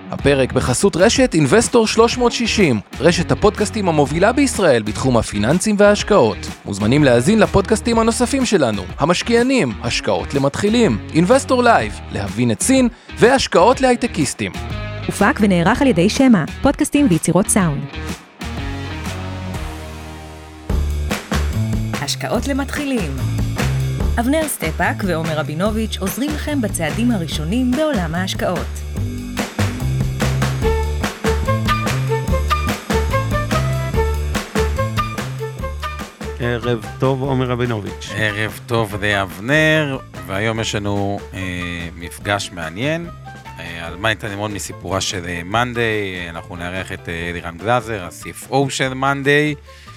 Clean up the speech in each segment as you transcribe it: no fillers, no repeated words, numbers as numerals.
הפרק בחסות רשת Investor 360, רשת הפודקאסטים המובילה בישראל בתחום הפיננסים וההשקעות. מוזמנים להאזין לפודקאסטים הנוספים שלנו, המשקיענים, השקעות למתחילים, Investor Live, להבין את סין והשקעות להייטקיסטים. הופק ונערך על ידי שמה, פודקאסטים ויצירות סאונד. השקעות למתחילים. אבנר סטפאק ועומר רבינוביץ' עוזרים לכם בצעדים הראשונים בעולם ההשקעות. ערב טוב, עומר רבינוביץ'. ערב טוב, זה אבנר, והיום יש לנו מפגש מעניין. על מה ניתן ללמוד מסיפורה של מאנדיי. אנחנו נערך את אלירן גלזר, ה-CFO של מאנדיי.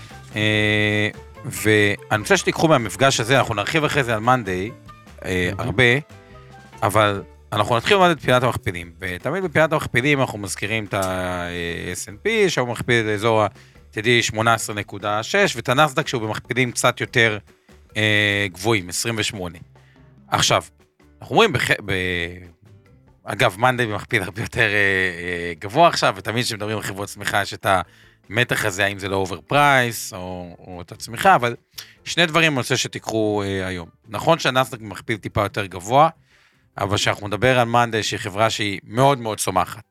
ואני רוצה שתיקחו מהמפגש הזה, אנחנו נרחיב אחרי זה על מאנדיי, הרבה, אבל אנחנו נתחיל ללמוד את פינת המכפילים. ותמיד בפינת המכפילים אנחנו מזכירים את ה-S&P, שהוא מכפיל לאזור ה-TD 18.6, ואת הנסדק שהוא במכפילים קצת יותר גבוהים, 28. עכשיו, אנחנו רואים אגב, מאנדיי במכפיל הרבה יותר גבוה עכשיו, ותמיד כשמדברים על חברות צמיחה, יש את המתח הזה, האם זה לא אובר פרייס, או את הצמיחה, אבל שני דברים אני רוצה שתיקחו היום. נכון שהנסדק במכפיל טיפה יותר גבוה, אבל כשאנחנו נדבר על מאנדיי, שהיא חברה שהיא מאוד מאוד צומחת,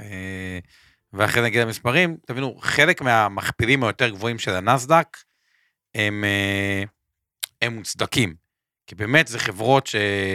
ואחרי נגיד המספרים, תבינו, חלק מהמכפילים היותר גבוהים של הנסדק, הם מוצדקים, כי באמת זה חברות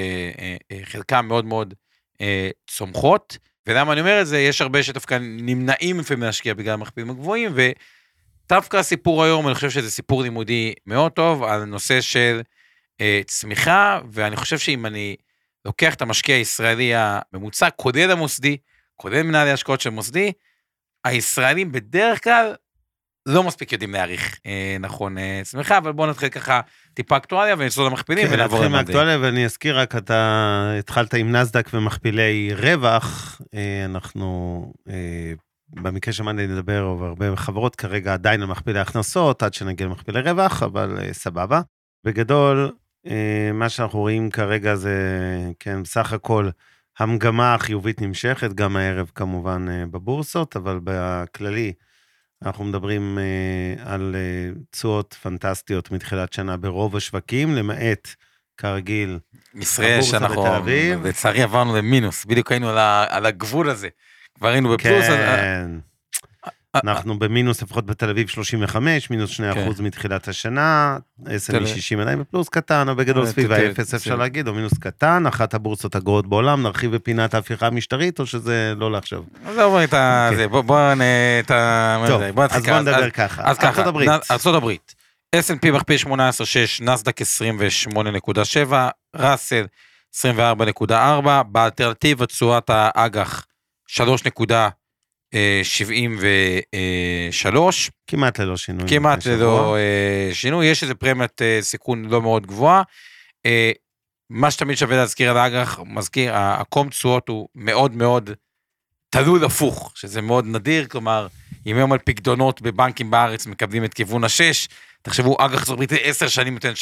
שחלקם מאוד מאוד צומחות, ולמה אני אומר את זה, יש הרבה שדווקא נמנעים לפעמים להשקיע בגלל המכפילים הגבוהים, ודווקא הסיפור היום, אני חושב שזה סיפור לימודי מאוד טוב, על נושא של צמיחה, ואני חושב שאם אני לוקח את המשקיע הישראלי הממוצע, כולל המוסדי, כולל מנהלי השקעות של מוסדי, הישראלים בדרך כלל לא מספיק יודעים להעריך נכון צמיחה, אבל בואו נתחיל ככה טיפה אקטואליה, ונצלול למכפילים ונעבור למאנדיי. אקטואליה, ואני אזכיר רק, אתה התחלת עם נסדק ומכפילי רווח, אנחנו במקרה של מאנדיי נדבר על הרבה חברות, כרגע עדיין על מכפילי הכנסות, עד שנגיע למכפילי רווח, אבל סבבה. בגדול, מה שאנחנו רואים כרגע זה, כן, בסך הכל, המגמה החיובית נמשכת, גם הערב כמובן בבורסות, אבל בכללי, אנחנו מדברים על תשואות פנטסטיות מתחילת שנה ברוב השווקים, למעט כרגיל ישראל שאנחנו לצערי עברנו למינוס, בדיוק היינו על הגבול הזה, כבר היינו בפלוס. כן, אנחנו במינוס לפחות בתל אביב 35, מינוס 2% מתחילת השנה, S&P 60 עדיין בפלוס קטן, או בגדול סביב האפס אפשר להגיד, או מינוס קטן, אחת הבורסות הגרועות בעולם, נרחיב בפינת ההפיכה המשטרית, או שזה לא לחשוב? אז בואו אז בואו נדבר ככה. אז ככה, ארצות הברית, S&P מכפיל 18.6, נסדק 28.7, ראסל 24.4, באלטרנטיבה תשואת האג"ח 3.73, כמעט ללא שינוי. כמעט ללא שינוי, יש איזה פרמיית סיכון לא מאוד גבוהה, מה שתמיד שווה להזכיר על האג"ח, מזכיר, הקום תשואות הוא מאוד מאוד תלוי הפוך, שזה מאוד נדיר, כלומר, אם היום על פקדונות בבנקים בארץ מקבלים את כיוון ה-6, תחשבו, אג"ח ארצות הברית 10 שנים נותן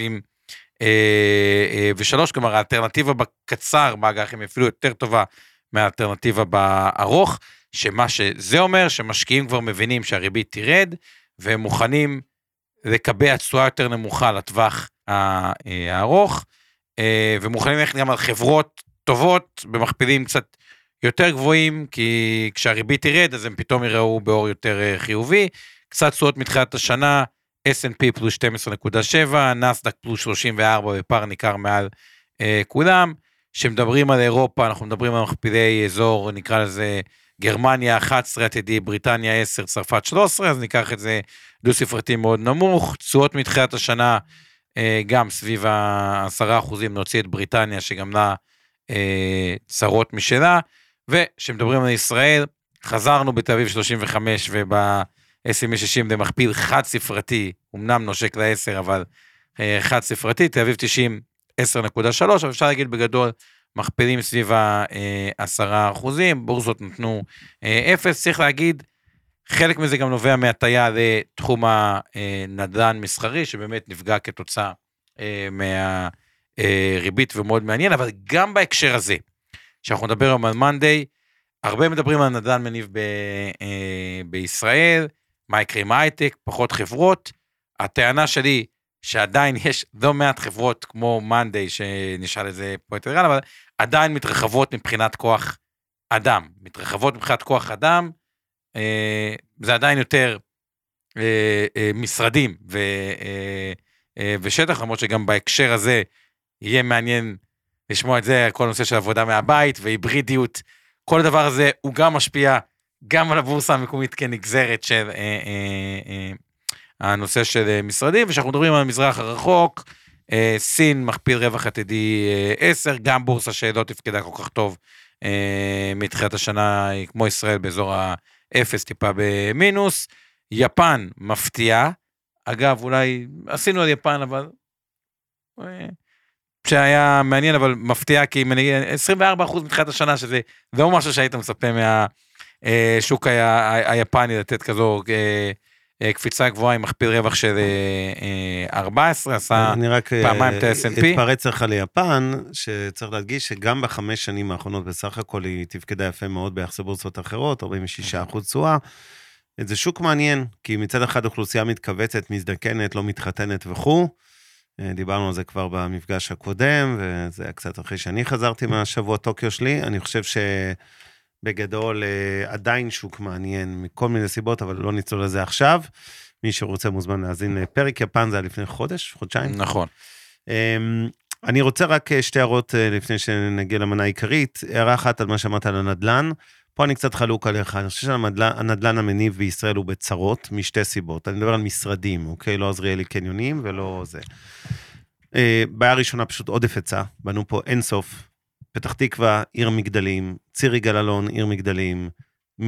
3.73, כלומר, האלטרנטיבה בקצר באג"ח היא אפילו יותר טובה מהאלטרנטיבה בארוך, שמה שזה אומר, שמשקיעים כבר מבינים שהריבית תירד, והם מוכנים לקבע תשואה יותר נמוכה לטווח הארוך, ומוכנים ללכת גם על חברות טובות, במכפילים קצת יותר גבוהים, כי כשהריבית תירד, אז הם פתאום יראו באור יותר חיובי, קצת תשואות מתחילת השנה, S&P פלוס 12.7, נסדק פלוס 34, בפער ניכר מעל כולם, שמדברים על אירופה, אנחנו מדברים על מכפילי אזור, נקרא לזה גרמניה 11, עתידי, בריטניה 10, צרפת 13, אז ניקח את זה דו ספרתי מאוד נמוך, תשואות מתחילת השנה, גם סביב ה10%, נוציא את בריטניה, שגם לה צרות משלה, ושמדברים על ישראל, חזרנו בתל אביב 35, וב-S&P 60 זה מכפיל חד ספרתי, אמנם נושק ל-10, אבל חד ספרתי, תל אביב 90, 10.3, אבל אפשר להגיד בגדול, מכפילים סביב ה10%, בורסות נתנו 0, צריך להגיד, חלק מזה גם נובע מהטיה לתחום הנדל"ן מסחרי, שבאמת נפגע כתוצאה מהריבית ומאוד מעניין, אבל גם בהקשר הזה, שאנחנו נדבר היום על מאנדיי, הרבה מדברים על נדל"ן מניב בישראל, מה יקרה עם הייטק, פחות חברות. הטענה שלי, שעדיין יש לא מעט חברות כמו מאנדיי, שנשאל איזה פה יותר רעל, אבל עדיין מתרחבות מבחינת כוח אדם. מתרחבות מבחינת כוח אדם, זה עדיין יותר משרדים ושטח, למרות שגם בהקשר הזה יהיה מעניין לשמוע את זה, כל נושא של עבודה מהבית והיברידיות, כל הדבר הזה הוא גם משפיע גם על הבורסה המקומית כנגזרת של הנושא של משרדים, ושאנחנו מדברים על המזרח הרחוק, סין מכפיל רווח עתידי 10, גם בורסה שלא תפקדה כל כך טוב מתחילת השנה, כמו ישראל באזור ה-0 טיפה במינוס, יפן מפתיעה, אגב אולי עשינו על יפן, אבל שהיה מעניין, אבל מפתיע, כי 24% מתחילת השנה, שזה לא משהו שהיית מצפה מהשוק היפני, לתת כזו קפיצה גבוהה, עם מכפיל רווח של 14, עשה פעמיים את ה-S&P. אני רק אתפרץ לך ליפן, שצריך להדגיש שגם ב5 שנים האחרונות, בסך הכל היא תפקדה יפה מאוד ביחס לבורסות אחרות, 46% תשואה. זה שוק מעניין, כי מצד אחד אוכלוסייה מתכווצת, מזדקנת, לא מתחתנת וכו'. דיברנו על זה כבר במפגש הקודם, וזה היה קצת אחרי שאני חזרתי מהשבוע טוקיו שלי. אני חושב שבגדול עדיין שוק מעניין מכל מיני סיבות, אבל לא ניצול לזה עכשיו. מי שרוצה מוזמן להאזין לפרק יפן, זה היה לפני חודשיים. נכון. אני רוצה רק שתי הערות לפני שנגיע למנה העיקרית. הערה אחת על מה שאמרת על הנדל"ן. פה אני קצת חלוק עליך, אני חושב שהנדל"ן המניב בישראל הוא בצרות, משתי סיבות. אני מדבר על משרדים, אוקיי? לא עזריאלי קניונים ולא זה. בעיה ראשונה פשוט עודף היצע, בנו פה אינסוף, פתח תקווה, עיר מגדלים, ציר יגאל אלון, עיר מגדלים, 1,001,000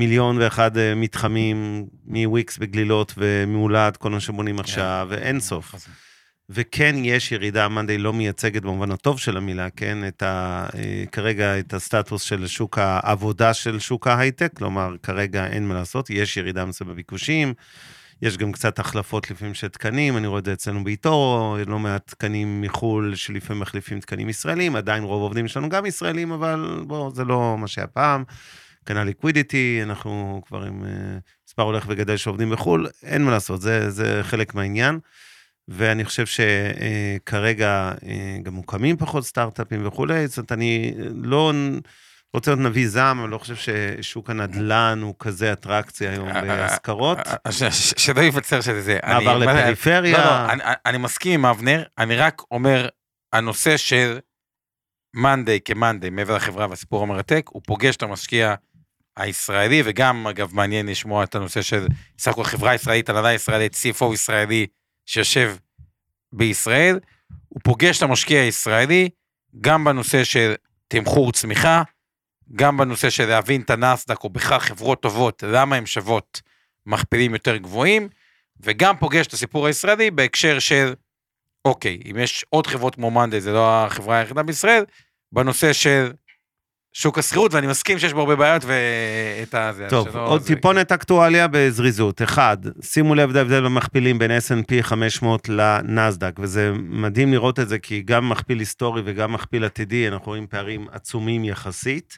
מתחמים, מוויקס בגלילות ומעולד, כל מה שבונים עכשיו, ואינסוף. וכן יש ירידה, מאנדיי לא מייצגת במובן הטוב של המילה, כן, כרגע את הסטטוס של שוק העבודה של שוק ההייטק, כלומר, כרגע אין מה לעשות, יש ירידה מסוים בביקושים, יש גם קצת החלפות לפעמים של תקנים, אני רואה את זה אצלנו באיתו, לא מעט תקנים מחול שלפעמים מחליפים תקנים ישראלים, עדיין רוב עובדים שלנו גם ישראלים, אבל בוא, זה לא מה שהיה פעם, קנה ליקווידיטי, אנחנו כבר עם מספר הולך וגדל שעובדים בחול, אין מה לעשות, זה חלק מהעניין, ואני חושב שכרגע גם מוקמים פחות סטארט-אפים וכולי, זאת אומרת, אני לא רוצה להיות נביא זעם, אבל לא חושב ששוק הנדל"ן הוא כזה אטרקציה היום בהשכרות. שלא ייווצר שזה. מעבר לפריפריה. אני מסכים עם אבנר, אני רק אומר, הנושא של מאנדיי כמאנדיי, מעבר לחברה והסיפור המרתק, הוא פוגש את המשקיע הישראלי, וגם אגב מעניין לשמוע את הנושא של סך הכל חברה ישראלית, הנהלה ישראלית, CFO ישראלי, שיושב בישראל, הוא פוגש את המשקיע הישראלי, גם בנושא של תמחור צמיחה, גם בנושא של להבין את הנסדק, או בכלל חברות טובות, למה הן שוות מכפילים יותר גבוהים, וגם פוגש את הסיפור הישראלי, בהקשר של, אוקיי, אם יש עוד חברות כמו מאנדיי, זה לא החברה היחידה בישראל, בנושא של שוק השכירות, ואני מסכים שיש בו הרבה בעיות, ואת הזה. טוב, עוד טיפונת אקטואליה בזריזות. אחד, שימו לב ההבדל במכפילים בין S&P 500 לנסדק, וזה מדהים לראות את זה, כי גם מכפיל היסטורי וגם מכפיל עתידי, אנחנו רואים פערים עצומים יחסית,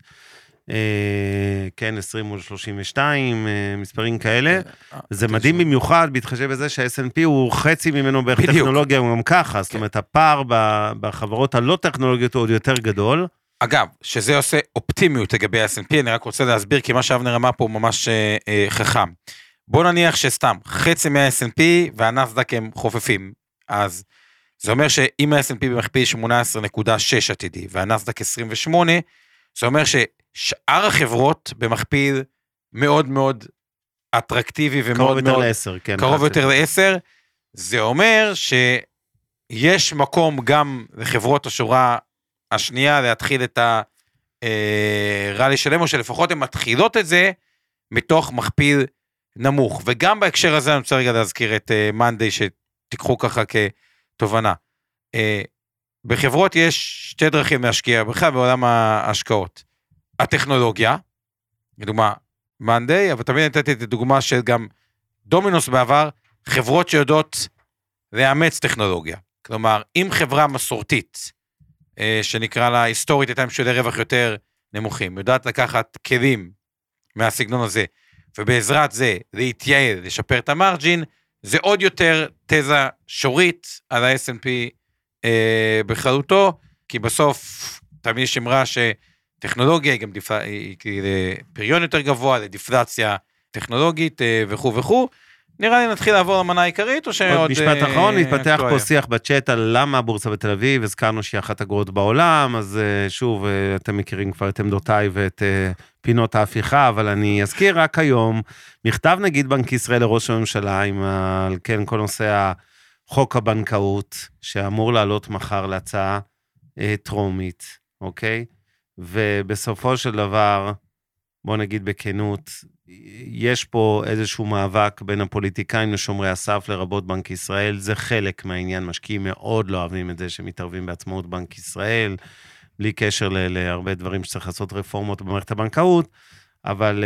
כן, 20 מול 32, מספרים כאלה, זה מדהים במיוחד, בהתחשב בזה שה-S&P הוא חצי ממנו בערך טכנולוגיה, הוא גם ככה, זאת אומרת, הפער בחברות הלא טכנולוגיות הוא עוד יותר גדול, אגב, שזה עושה אופטימיות לגבי ה-S&P, אני רק רוצה להסביר, כי מה שאבנר אמר פה הוא ממש חכם. בוא נניח שסתם, חצי מה-S&P והנסדק הם חופפים, אז זה אומר שאם ה-S&P במכפיל 18.6 עתידי, והנסדק 28, זה אומר ששאר החברות במכפיל מאוד מאוד אטרקטיבי, ומאוד מאוד קרוב יותר ל-10, זה אומר שיש מקום גם לחברות השורה השנייה להתחיל את הרלי שלהם, או שלפחות הן מתחילות את זה מתוך מכפיל נמוך. וגם בהקשר הזה אני רוצה רגע להזכיר את מאנדיי, שתיקחו ככה כתובנה. בחברות יש שתי דרכים להשקיע, בכלל בעולם ההשקעות. הטכנולוגיה, לדוגמה מאנדיי, אבל תמיד נתתי את הדוגמה של גם דומינוס בעבר, חברות שיודעות לאמץ טכנולוגיה. כלומר, אם חברה מסורתית, שנקרא לה היסטורית, הייתה עם שולי רווח יותר נמוכים, יודעת לקחת כלים מהסגנון הזה, ובעזרת זה להתייעל, לשפר את המרג'ין, זה עוד יותר תזה שורית על ה-S&P בכללותו, כי בסוף תמיד יש אמרה שטכנולוגיה היא גם פריון יותר גבוה, לדיפלציה טכנולוגית וכו' וכו'. נראה לי נתחיל לעבור למנה העיקרית, או שעוד... עוד משפט אחרון, מתפתח פה שיח בצ'אט על למה הבורסה בתל אביב, הזכרנו שהיא אחת הגרועות בעולם, אז שוב, אתם מכירים כבר את עמדותיי ואת פינות ההפיכה, אבל אני אזכיר רק היום, מכתב נגיד בנק ישראל לראש הממשלה, על כן כל נושא חוק הבנקאות, שאמור לעלות מחר להצעה טרומית, אוקיי? ובסופו של דבר, בוא נגיד בכנות, יש פה איזשהו מאבק בין הפוליטיקאים לשומרי הסף לרבות בנק ישראל, זה חלק מהעניין, משקיעים מאוד לא אוהבים את זה שמתערבים בעצמאות בנק ישראל, בלי קשר להרבה דברים שצריך לעשות רפורמות במערכת הבנקאות, אבל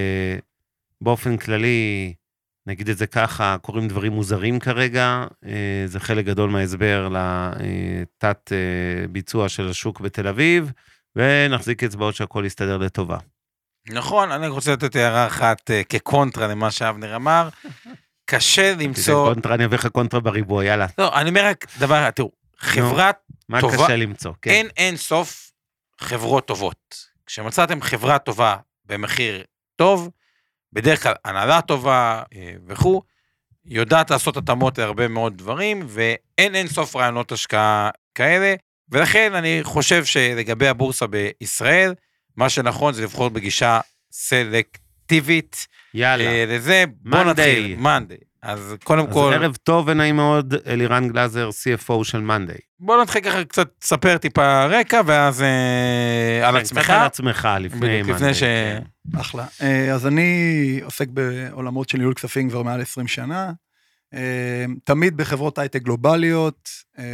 באופן כללי, נגיד את זה ככה, קוראים דברים מוזרים כרגע, זה חלק גדול מההסבר לתת ביצוע של השוק בתל אביב, ונחזיק אצבעות שהכל יסתדר לטובה. נכון, אני רוצה לתת הערה אחת כקונטרה למה שאבנר אמר, קשה למצוא... קונטרה, אני אביא לך קונטרה בריבוע, יאללה. לא, אני אומר רק דבר, תראו, חברה טובה... מה קשה למצוא? אין סוף חברות טובות. כשמצאתם חברה טובה במחיר טוב, בדרך כלל הנהלה טובה וכו', יודעת לעשות התאמות להרבה מאוד דברים, ואין סוף רעיונות השקעה כאלה, ולכן אני חושב שלגבי הבורסה בישראל, מה שנכון זה לבחור בגישה סלקטיבית. יאללה. לזה, בוא נתחיל. מנדי. אז קודם כל... אז ערב טוב ונעים מאוד, אלירן גלזר, CFO של מנדי. בוא נתחיל ככה קצת ספר טיפה רקע, ואז על עצמך. קצת על עצמך לפני מנדי. אחלה. אז אני עוסק בעולמות של ניהול כספים כבר מעל 20 שנה, תמיד בחברות הייטק גלובליות,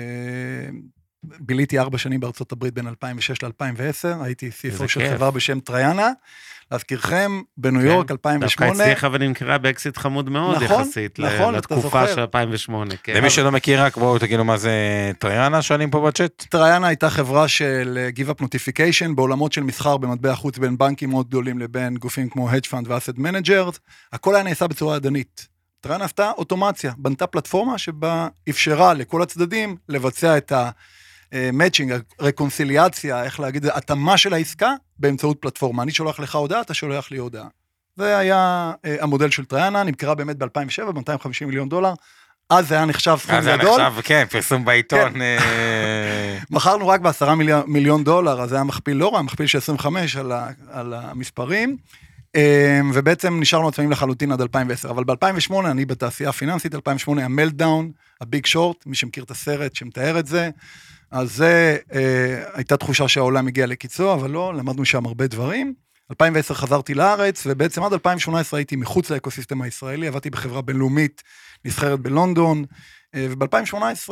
ביליתי 4 שנים בארצות הברית בין 2006 ל-2010, הייתי CFO של חברה בשם טריאנה, להזכירכם, בניו יורק 2008. דווקא הצליחה ונמכרה באקסיט חמוד מאוד יחסית לתקופה של 2008. למי שלא מכיר רק, בואו תגידו מה זה טריאנה, שואלים פה בצ'אט. טריאנה הייתה חברה של Give Up Notification, בעולמות של מסחר במטבע חוץ בין בנקים מאוד גדולים לבין גופים כמו Hedge Fund ו-Asset Managers, הכל היה נעשה בצורה ידנית. טריאנה עשתה אוטומציה, בנתה פלטפורמה שבה אפשרה לכל הצדדים לבצע את מאצ'ינג, רקונסיליאציה, איך להגיד, התאמה של העסקה באמצעות פלטפורמה. אני שולח לך הודעה, אתה שולח לי הודעה. זה היה המודל של טריאנה, נמכרה באמת ב-2007, ב-250 מיליון דולר, אז זה היה נחשב סכום גדול. אז זה נחשב, כן, פרסום בעיתון. מכרנו רק ב10 מיליון דולר, אז זה היה מכפיל לא רע, מכפיל של 25 על המספרים, ובעצם נשארנו עצמאים לחלוטין עד 2010, אבל ב-2008, אני בתעשייה הפיננסית, 2008, המלטדאון, הביג שורט, מי שמכיר את הסרט שמתאר את זה, אז זה הייתה תחושה שהעולם הגיע לקיצו, אבל לא, למדנו שם הרבה דברים. 2010 חזרתי לארץ, ובעצם עד 2018 הייתי מחוץ לאקוסיסטם הישראלי, עבדתי בחברה בינלאומית, נסחרת בלונדון, וב-2018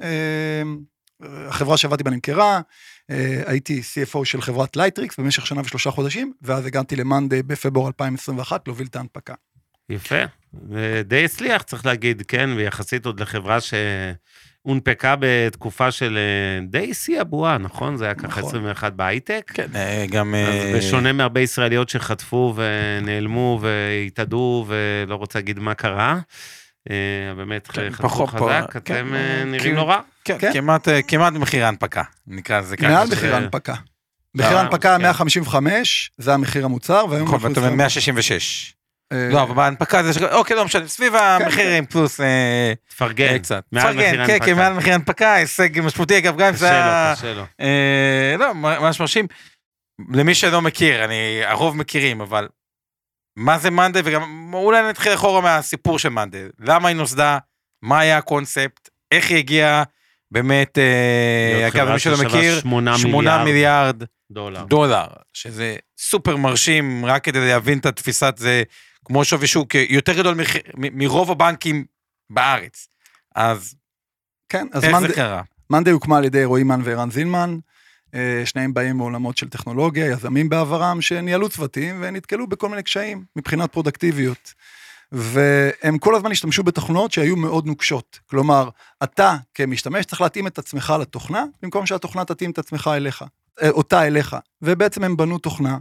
החברה שעבדתי בה נמכרה, הייתי CFO של חברת לייטריקס במשך 1 ו3 חודשים, ואז הגעתי למנדי בפברואר 2021, להוביל את ההנפקה. יפה, ודי הצליח, צריך להגיד, כן, ויחסית עוד לחברה הונפקה בתקופה של די שיא הבועה, נכון? זה היה ככה 21 בהייטק. כן, גם... אז בשונה מהרבה ישראליות שחטפו ונעלמו והתאדו ולא רוצה להגיד מה קרה, באמת חטפו חזק, אתם נראים נורא. כן, כמעט במחיר ההנפקה, נקרא לזה ככה. מעל מחיר ההנפקה. מחיר ההנפקה 155, זה המחיר המוצר, נכון, ואתם 166. לא, אבל בהנפקה זה... אוקיי, לא משנה, סביב המחירים פלוס... תפרגן, מעל מחיר ההנפקה. כן, מעל מחיר ההנפקה, הישג משמעותי, אגב, גם זה... קשה לו. לא, ממש מרשים. למי שלא מכיר, הרוב מכירים, אבל מה זה מנדי, וגם אולי נתחיל אחורה מהסיפור של מנדי. למה היא נוסדה? מה היה הקונספט? איך היא הגיעה? באמת, אגב, למי שלא מכיר, 8 מיליארד דולר, שזה סופר מרשים, רק כדי להבין את התפיסת זה, כמו שווי שוק, יותר גדול מרוב הבנקים בארץ. אז כן, איך זה קרה? מנדי הוקמה על ידי רועי מן וערן זינמן, שניהם באים מעולמות של טכנולוגיה, יזמים בעברם, שניהלו צוותים ונתקלו בכל מיני קשיים, מבחינת פרודקטיביות. והם כל הזמן השתמשו בתוכנות שהיו מאוד נוקשות. כלומר, אתה כמשתמש צריך להתאים את עצמך לתוכנה, במקום שהתוכנה תתאים את עצמך אליך, אותה אליך. ובעצם הם בנו תוכנה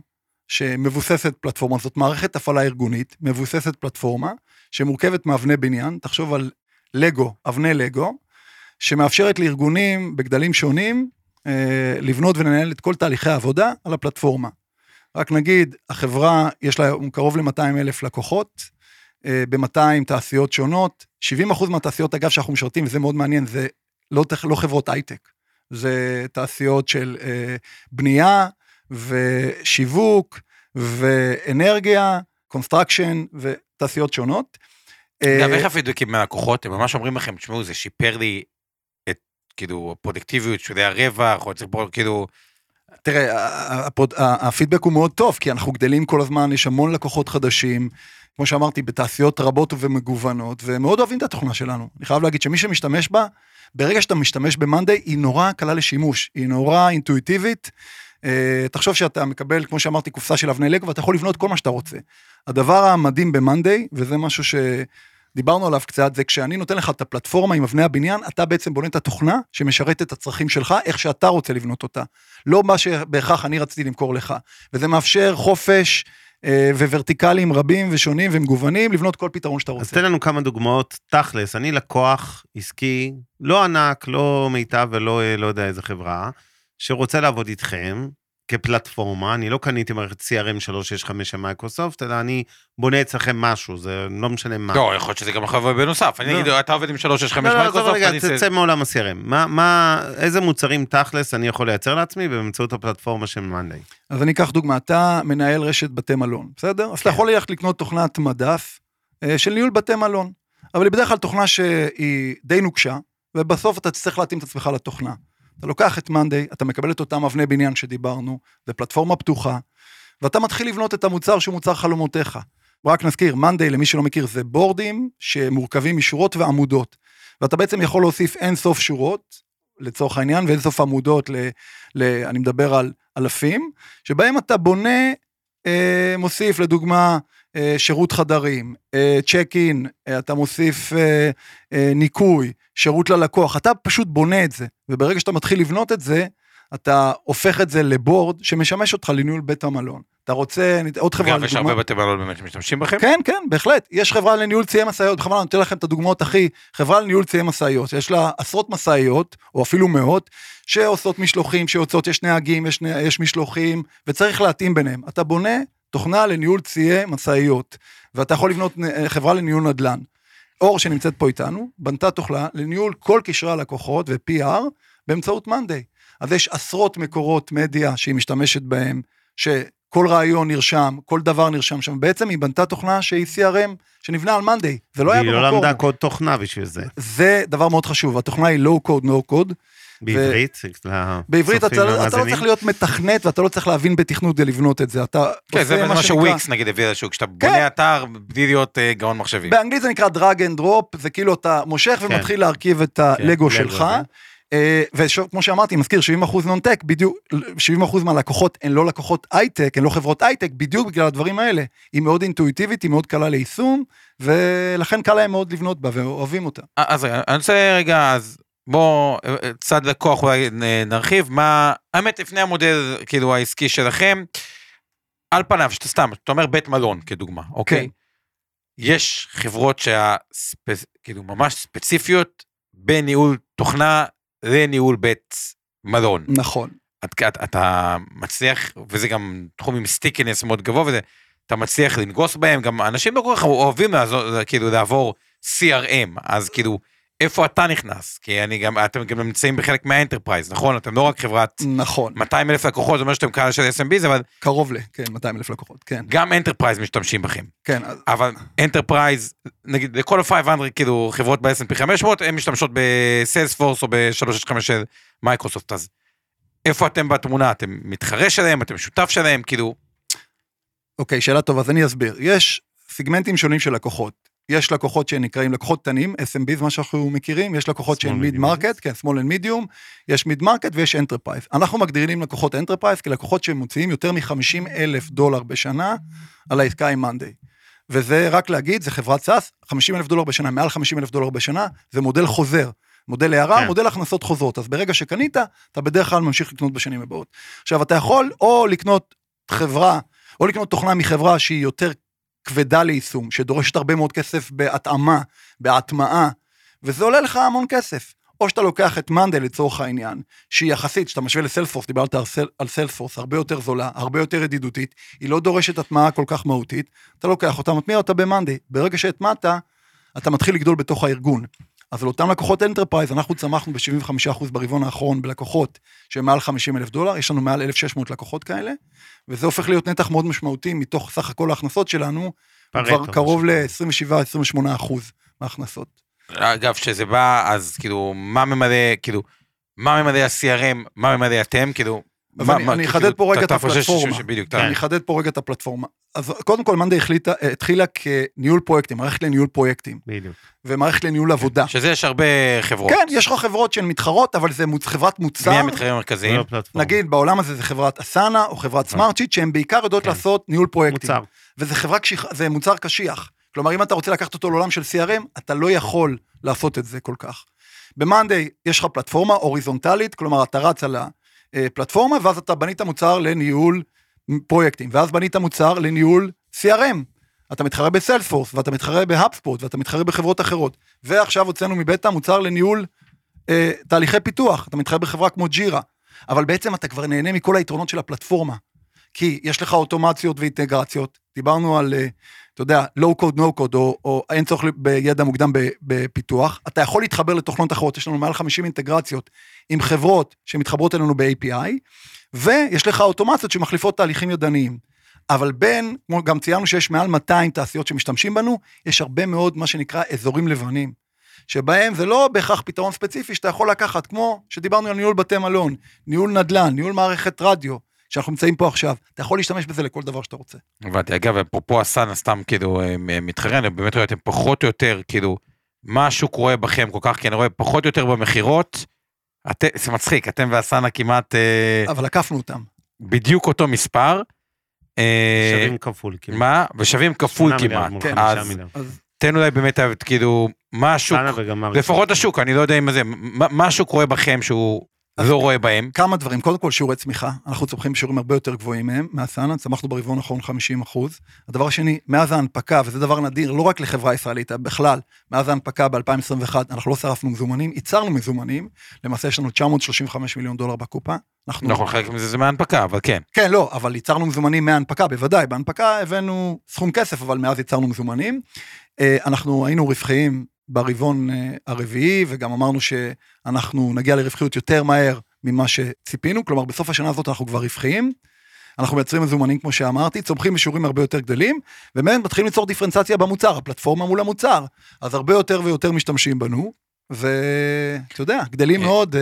שמבוססת פלטפורמה, זאת מערכת הפעלה ארגונית, מבוססת פלטפורמה, שמורכבת מאבני בניין, תחשוב על לגו, אבני לגו, שמאפשרת לארגונים בגדלים שונים, לבנות ולנהל את כל תהליכי העבודה על הפלטפורמה. רק נגיד, החברה יש לה קרוב ל-200,000 לקוחות, ב-200 תעשיות שונות, 70% מהתעשיות אגב שאנחנו משרתים, וזה מאוד מעניין, זה לא חברות הייטק, זה תעשיות של בנייה ושיווק ואנרגיה, קונסטרקשן ותעשיות שונות. גם איך הפידבקים מהלקוחות, הם ממש אומרים לכם, תשמעו, זה שיפר לי את, כאילו, הפרודקטיביות, שזה הרווח, או צריך פה, כאילו... תראה, הפידבק הוא מאוד טוב, כי אנחנו גדלים כל הזמן, יש המון לקוחות חדשים, כמו שאמרתי, בתעשיות רבות ומגוונות, ומאוד אוהבים את התוכנה שלנו. אני חייב להגיד שמי שמשתמש בה, ברגע שאתה משתמש במאנדיי, היא נורא קלה לשימוש, היא נורא אינטואיטיבית, תחשוב שאתה מקבל, כמו שאמרתי, קופסה של אבני לגו, ואתה יכול לבנות כל מה שאתה רוצה. הדבר המדהים במאנדיי, וזה משהו שדיברנו עליו קצת, זה כשאני נותן לך את הפלטפורמה עם אבני הבניין, אתה בעצם בונה את התוכנה שמשרת את הצרכים שלך, איך שאתה רוצה לבנות אותה. לא מה שבהכרח אני רציתי למכור לך. וזה מאפשר חופש וורטיקלים רבים ושונים ומגוונים, לבנות כל פתרון שאתה רוצה. אז תן לנו כמה דוגמאות, תכלס, אני לקוח עסקי, לא ענק, לא מיטב ולא לא יודע איזה חברה, שרוצה לעבוד איתכם כפלטפורמה, אני לא קניתי מערכת CRM 365 של מייקרוסופט, אלא אני בונה אצלכם משהו, זה לא משנה מה. לא, יכול להיות שזה גם חבר בנוסף, אני אגיד, אתה עובד עם 365 מייקרוסופט, רגע, תצא מעולם ה-CRM, איזה מוצרים תכלס אני יכול לייצר לעצמי באמצעות הפלטפורמה של מאנדיי? אז אני אקח דוגמה, אתה מנהל רשת בתי מלון, בסדר? אז אתה יכול ללכת לקנות תוכנת מדף של ניהול בתי מלון, אבל היא בדרך כלל תוכנה שהיא די נוקשה, ובסוף אתה צריך להתאים את עצמך לתוכנה. אתה לוקח את מאנדיי, אתה מקבל את אותם אבני בניין שדיברנו, זה פלטפורמה פתוחה, ואתה מתחיל לבנות את המוצר שהוא מוצר חלומותיך. רק נזכיר, מאנדיי, למי שלא מכיר, זה בורדים שמורכבים משורות ועמודות, ואתה בעצם יכול להוסיף אין סוף שורות, לצורך העניין, ואין סוף עמודות, אני מדבר על אלפים, שבהם אתה בונה, מוסיף לדוגמה, שירות חדרים, צ'ק אין, אתה מוסיף ניקוי, שירות ללקוח, אתה פשוט בונה את זה, וברגע שאתה מתחיל לבנות את זה, אתה הופך את זה לבורד שמשמש אותך לניהול בית המלון. אתה רוצה עוד חברה לדוגמה? גם יש הרבה בתי מלון באמת שמשתמשים בכם? כן, כן, בהחלט. יש חברה לניהול ציי מסעיות, בכוונה אני נותן לכם את הדוגמאות הכי, חברה לניהול ציי מסעיות, יש לה עשרות מסעיות, או אפילו מאות, שעושות משלוחים, שיוצאות, יש נהגים, יש משלוחים, וצריך להתאים ביניהם. אתה בונה תוכנה לניהול ציי מסעיות, ואתה יכול לבנות חברה לניהול נדל"ן. אור שנמצאת פה איתנו, בנתה תוכנה לניהול כל קשרי הלקוחות ו-PR באמצעות מאנדיי. אז יש עשרות מקורות מדיה שהיא משתמשת בהם, שכל רעיון נרשם, כל דבר נרשם שם. בעצם היא בנתה תוכנה שהיא CRM, שנבנה על מאנדיי. זה לא היה במקור. והיא לא למדה קוד תוכנה בשביל זה. זה דבר מאוד חשוב. התוכנה היא low code, no code. בעברית? בעברית אתה לא צריך להיות מתכנת, ואתה לא צריך להבין בתכנות כדי לבנות את זה. כן, זה מה שוויקס נגיד הביא לשוק, כשאתה בונה אתר, בלי להיות גאון מחשבי. באנגלית זה נקרא drag and drop, זה כאילו אתה מושך ומתחיל להרכיב את הלגו שלך, וכמו שאמרתי, מזכיר 70% נון-טק, בדיוק, 70% מהלקוחות הן לא לקוחות הייטק, הן לא חברות הייטק, בדיוק בגלל הדברים האלה. היא מאוד אינטואיטיבית, היא מאוד קלה ליישום, ולכן קל להם מאוד לבנות בה, ואוהבים אותה. אז אני רוצה רגע, אז בוא, צד לקוח אולי נרחיב, מה, האמת לפני המודל, כאילו העסקי שלכם, על פניו, שאתה סתם, אתה אומר בית מלון כדוגמה, אוקיי? יש חברות כאילו ממש ספציפיות, בניהול תוכנה, לניהול בית מלון. נכון. אתה מצליח, וזה גם תחום עם סטיקינס מאוד גבוה, וזה, אתה מצליח לנגוס בהם, גם אנשים לא כל כך אוהבים כאילו לעבור CRM, אז כאילו, איפה אתה נכנס? כי אתם גם נמצאים בחלק מהאנטרפרייז, נכון? אתם לא רק חברת 200,000 לקוחות, זאת אומרת שאתם קהל של SMB, אבל... קרוב כן, 200,000 לקוחות, כן. גם אנטרפרייז משתמשים בכם. כן. אבל אנטרפרייז, נגיד, לכל ה-500, כאילו, חברות ב-S&P 500, הן משתמשות בסיילספורס או ב-365 של מייקרוסופט, אז איפה אתם בתמונה? אתם מתחרה שלהם? אתם שותף שלהם? כאילו... אוקיי, שאלה טובה, אז אני אסביר. יש סיגמנטים שונים של לקוחות. יש לקוחות שנקראים לקוחות קטנים, SMB זה מה שאנחנו מכירים, יש לקוחות שהן מיד מרקט, כן, small and medium, יש מיד מרקט ויש אנטרפרייז. אנחנו מגדירים לקוחות אנטרפרייז כלקוחות שמוציאים יותר $50,000 בשנה על העסקה עם מאנדיי. וזה רק להגיד, זה חברת סאס, $50,000 בשנה, מעל $50,000 בשנה, זה מודל חוזר, מודל הערה, מודל הכנסות חוזרות. אז ברגע שקנית, אתה בדרך כלל ממשיך לקנות בשנים הבאות. עכשיו, אתה יכול או לקנות חברה, או לקנות תוכנה מחברה שהיא יותר כבדה ליישום, שדורשת הרבה מאוד כסף בהתאמה, בהטמעה, וזה עולה לך המון כסף. או שאתה לוקח את מאנדי לצורך העניין, שהיא יחסית, שאתה משווה לסלספורס, דיברת על סלספורס, הרבה יותר זולה, הרבה יותר ידידותית, היא לא דורשת הטמעה כל כך מהותית, אתה לוקח אותה, מטמיע אותה במאנדי, ברגע שהטמעת, אתה מתחיל לגדול בתוך הארגון. אז לאותם לקוחות אנטרפרייז, אנחנו צמחנו ב-75% ברבעון האחרון בלקוחות שהם מעל $50,000, יש לנו מעל 1,600 לקוחות כאלה, וזה הופך להיות נתח מאוד משמעותי מתוך סך הכל ההכנסות שלנו, כבר קרוב ל-27-28% מההכנסות. אגב, שזה בא, אז כאילו, מה ממדי ה-CRM, מה ממדי אתם, כאילו, אני אחדד פה רגע את הפלטפורמה. אני אחדד פה רגע את הפלטפורמה. אז קודם כל, מאנדי התחילה כניהול פרויקטים, מערכת לניהול פרויקטים. בדיוק. ומערכת לניהול עבודה. שזה יש הרבה חברות. כן, יש לך חברות שהן מתחרות, אבל זה חברת מוצר. מי המתחרים המרכזיים? נגיד, בעולם הזה זה חברת אסנה, או חברת סמארטשיט, שהן בעיקר יודעות לעשות ניהול פרויקטים. זה מוצר קשיח. כלומר, אם אתה רוצה לקחת אותו לעולם של CRM, אתה לא יכול לעשות את זה כל כך. במאנדי יש לך פלטפורמה אוריזונטלית, כלומר, אתה רץ על הפלטפורמה, ואז אתה בנית מוצר לניהול פרויקטים, ואז בנית מוצר לניהול CRM. אתה מתחרה בסיילספורס, ואתה מתחרה בהאבספוט, ואתה מתחרה בחברות אחרות. ועכשיו הוצאנו מבית המוצר לניהול תהליכי פיתוח, אתה מתחרה בחברה כמו ג'ירה. אבל בעצם אתה כבר נהנה מכל היתרונות של הפלטפורמה. כי יש לך אוטומציות ואינטגרציות, דיברנו על, אתה יודע, low code, no code, או אין צורך בידע מוקדם בפיתוח, אתה יכול להתחבר לתוכנות אחרות, יש לנו מעל 50 אינטגרציות עם חברות שמתחברות אלינו ב-API, ויש לך אוטומציות שמחליפות תהליכים ידניים, אבל בין, כמו גם ציינו שיש מעל 200 תעשיות שמשתמשים בנו, יש הרבה מאוד מה שנקרא אזורים לבנים, שבהם זה לא בהכרח פתרון ספציפי שאתה יכול לקחת, כמו שדיברנו על ניהול בתי מלון, ניהול נדל"ן, ניהול מערכת רדיו, שאנחנו נמצאים פה עכשיו, אתה יכול להשתמש בזה לכל דבר שאתה רוצה. הבנתי, אגב, אפרופו אסנה, סתם כאילו מתחרה, אני באמת רואה, אתם פחות או יותר, כאילו, מה השוק רואה בכם כל כך, כי אני רואה פחות או יותר במחירות, זה מצחיק, אתם ואסנה כמעט... אבל לקפנו אותם. בדיוק אותו מספר. שווים כפול. מה? ושווים כפול כמעט. אז תן אולי באמת, כאילו, מה השוק, לפחות השוק, אני לא יודע אם זה, מה השוק רואה בכם שהוא... לא רואה בהם. כמה דברים, קודם כל שיעורי צמיחה, אנחנו צומחים בשיעורים הרבה יותר גבוהים מהם, מהסנה, צמחנו ברבעון האחרון 50%. הדבר השני, מאז ההנפקה, וזה דבר נדיר, לא רק לחברה ישראלית, בכלל, מאז ההנפקה ב-2021, אנחנו לא שרפנו מזומנים, ייצרנו מזומנים, למעשה יש לנו $935 מיליון בקופה. נכון, חלק מזה זה מההנפקה, אבל כן. כן, לא, אבל ייצרנו מזומנים מההנפקה, בוודאי, בהנפקה הבאנו סכום כסף, אבל מאז ייצרנו מזומנים. אנחנו היינו רווחיים ברבעון הרביעי, וגם אמרנו שאנחנו נגיע לרווחיות יותר מהר ממה שציפינו, כלומר בסוף השנה הזאת אנחנו כבר רווחיים, אנחנו מייצרים מזומנים כמו שאמרתי, צומחים בשיעורים הרבה יותר גדלים, ומהם מתחילים ליצור דיפרנציאציה במוצר, הפלטפורמה מול המוצר, אז הרבה יותר ויותר משתמשים בנו, ואתה יודע, גדלים מאוד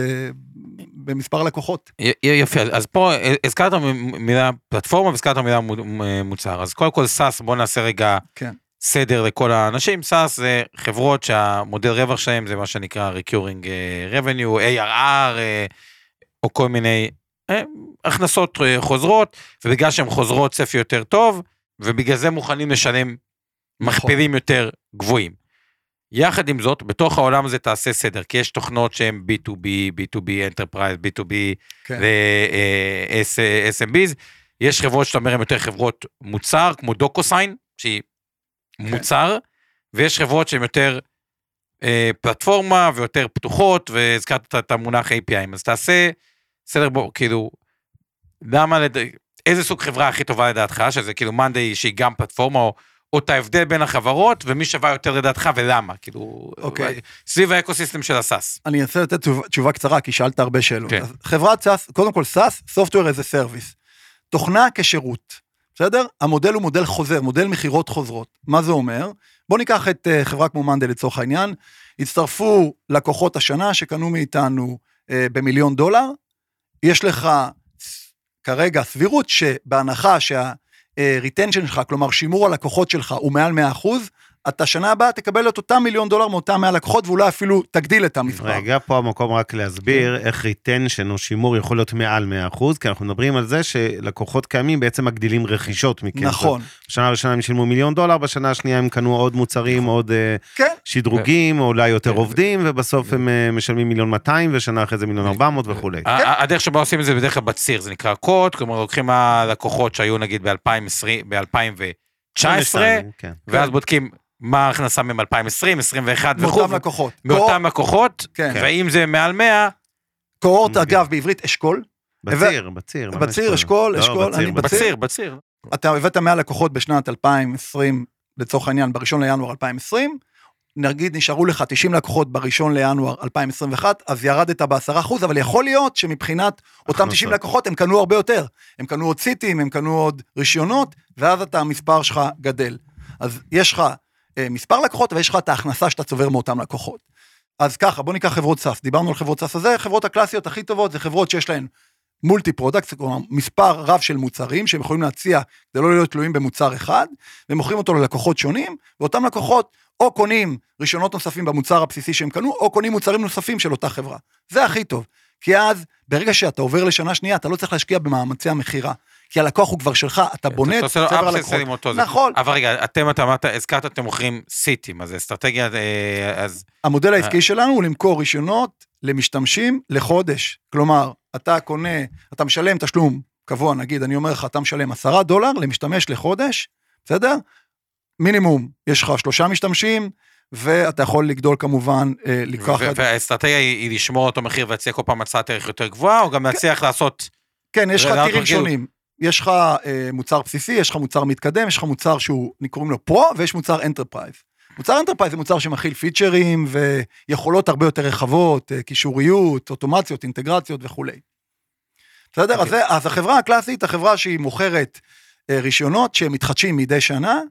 במספר לקוחות. יפה, אז פה הזכרת מילה פלטפורמה, והזכרת מילה מוצר, אז קודם כל סאס, בוא נעשה רגע... כן. סדר לכל האנשים, סאס זה חברות שהמודל רווח שלהם זה מה שנקרא recurring revenue, ARR, או כל מיני הכנסות חוזרות, ובגלל שהן חוזרות צפי יותר טוב, ובגלל זה מוכנים לשלם מכפילים יותר גבוהים. יחד עם זאת, בתוך העולם הזה תעשה סדר, כי יש תוכנות שהן B2B, B2B Enterprise, B2B ו-SMBs, יש חברות שאתה אומר הן יותר חברות מוצר, כמו דוקוסיין, שהיא מוצר, ויש חברות שהן יותר פלטפורמה ויותר פתוחות, והזכרת את המונח API, אז תעשה סדר בו, כאילו, איזה סוג חברה הכי טובה לדעתך, שזה כאילו מאנדי שהיא גם פלטפורמה, או את ההבדל בין החברות, ומי שווה יותר לדעתך ולמה, כאילו, סביב האקוסיסטם של הסאס. אני אנסה לתת תשובה קצרה, כי שאלת הרבה שאלות. חברת סאס, קודם כל סאס, Software as a Service, תוכנה כשירות. בסדר? המודל הוא מודל חוזר, מודל מחירות חוזרות. מה זה אומר? בוא ניקח את חברה כמו מאנדי לצורך העניין, הצטרפו לקוחות השנה שקנו מאיתנו ב$1,000,000, יש לך כרגע סבירות שבהנחה שה-retention שלך, כלומר שימור הלקוחות שלך הוא מעל 100%, אתה שנה הבאה תקבל את אותם $1 מיליון מאותם 100 לקוחות, ואולי אפילו תגדיל את המספר. רגע, פה המקום רק להסביר איך ריטנשן או שימור יכול להיות מעל 100%, כי אנחנו מדברים על זה שלקוחות קיימים בעצם מגדילים רכישות מכם. נכון. בשנה הראשונה הם שילמו $1 מיליון, בשנה השנייה הם קנו עוד מוצרים, עוד שדרוגים, או אולי יותר עובדים, ובסוף הם משלמים $1,200,000, ושנה אחרי זה $1,400,000 וכו'. הדרך שבה עושים את זה בדרך כלל בציר, זה נקרא קוד, כלומר לוקחים הלקוחות שהיו נגיד ב-2019, ואז בודקים מה ההכנסה מהם 2020, 2021 וכו'. מאותם לקוחות. מאותם לקוחות, ואם זה מעל 100... קוהורט, אגב, בעברית אשכול. בציר. בציר, אשכול, אני בציר. אתה הבאת 100 לקוחות בשנת 2020, לצורך העניין, ב1 לינואר 2020, נגיד נשארו לך 90 לקוחות ב1 לינואר 2021, אז ירדת ב10%, אבל יכול להיות שמבחינת אותם 90 לקוחות, הם קנו הרבה יותר. הם קנו עוד סיטים, הם קנו עוד רישיונות, ואז המספר שלך גדל. אז יש לך מספר לקוחות, ויש לך את ההכנסה שאתה צובר מאותם לקוחות. אז ככה, בוא ניקח חברות סאס. דיברנו על חברות סאס, אז זה חברות הקלאסיות הכי טובות, זה חברות שיש להן מולטי פרודקט, כלומר מספר רב של מוצרים, שהם יכולים להציע, כדי לא להיות תלויים במוצר אחד, ומוכרים אותו ללקוחות שונים, ואותם לקוחות או קונים רישיונות נוספים במוצר הבסיסי שהם קנו, או קונים מוצרים נוספים של אותה חברה. זה הכי טוב. כי אז, ברגע שאתה עובר לשנה שנייה, אתה לא צריך להשקיע במאמצי המחירה, כי הלקוח הוא כבר שלך, אתה בונה את צבר הלקוחות. נכון. אבל רגע, אתם הזכרת, אתם מוכרים סיטים, אז אסטרטגיה, אז... המודל העסקי שלנו הוא למכור רישיונות למשתמשים לחודש. כלומר, אתה קונה, אתה משלם תשלום קבוע, נגיד, אני אומר לך, אתה משלם $10 למשתמש לחודש, בסדר? מינימום, יש לך 3 משתמשים, ואתה יכול לגדול כמובן, לקוח... והאסטרטגיה היא לשמור אותו מחיר והציע כל פעם הצעת ערך יותר גבוהה, או גם להצליח לעשות... כן, יש לך טירים שונים. יש לך מוצר בסיסי, יש לך מוצר מתקדם, יש לך מוצר שהוא, קוראים לו פרו, ויש מוצר אנטרפרייז. מוצר אנטרפרייז זה מוצר שמכיל פיצ'רים, ויכולות הרבה יותר רחבות, קישוריות, אוטומציות, אינטגרציות וכו'. בסדר? אז החברה הקלאסית, החברה שהיא מוכרת רישיונות, שהם מתחדשים מדי שנה,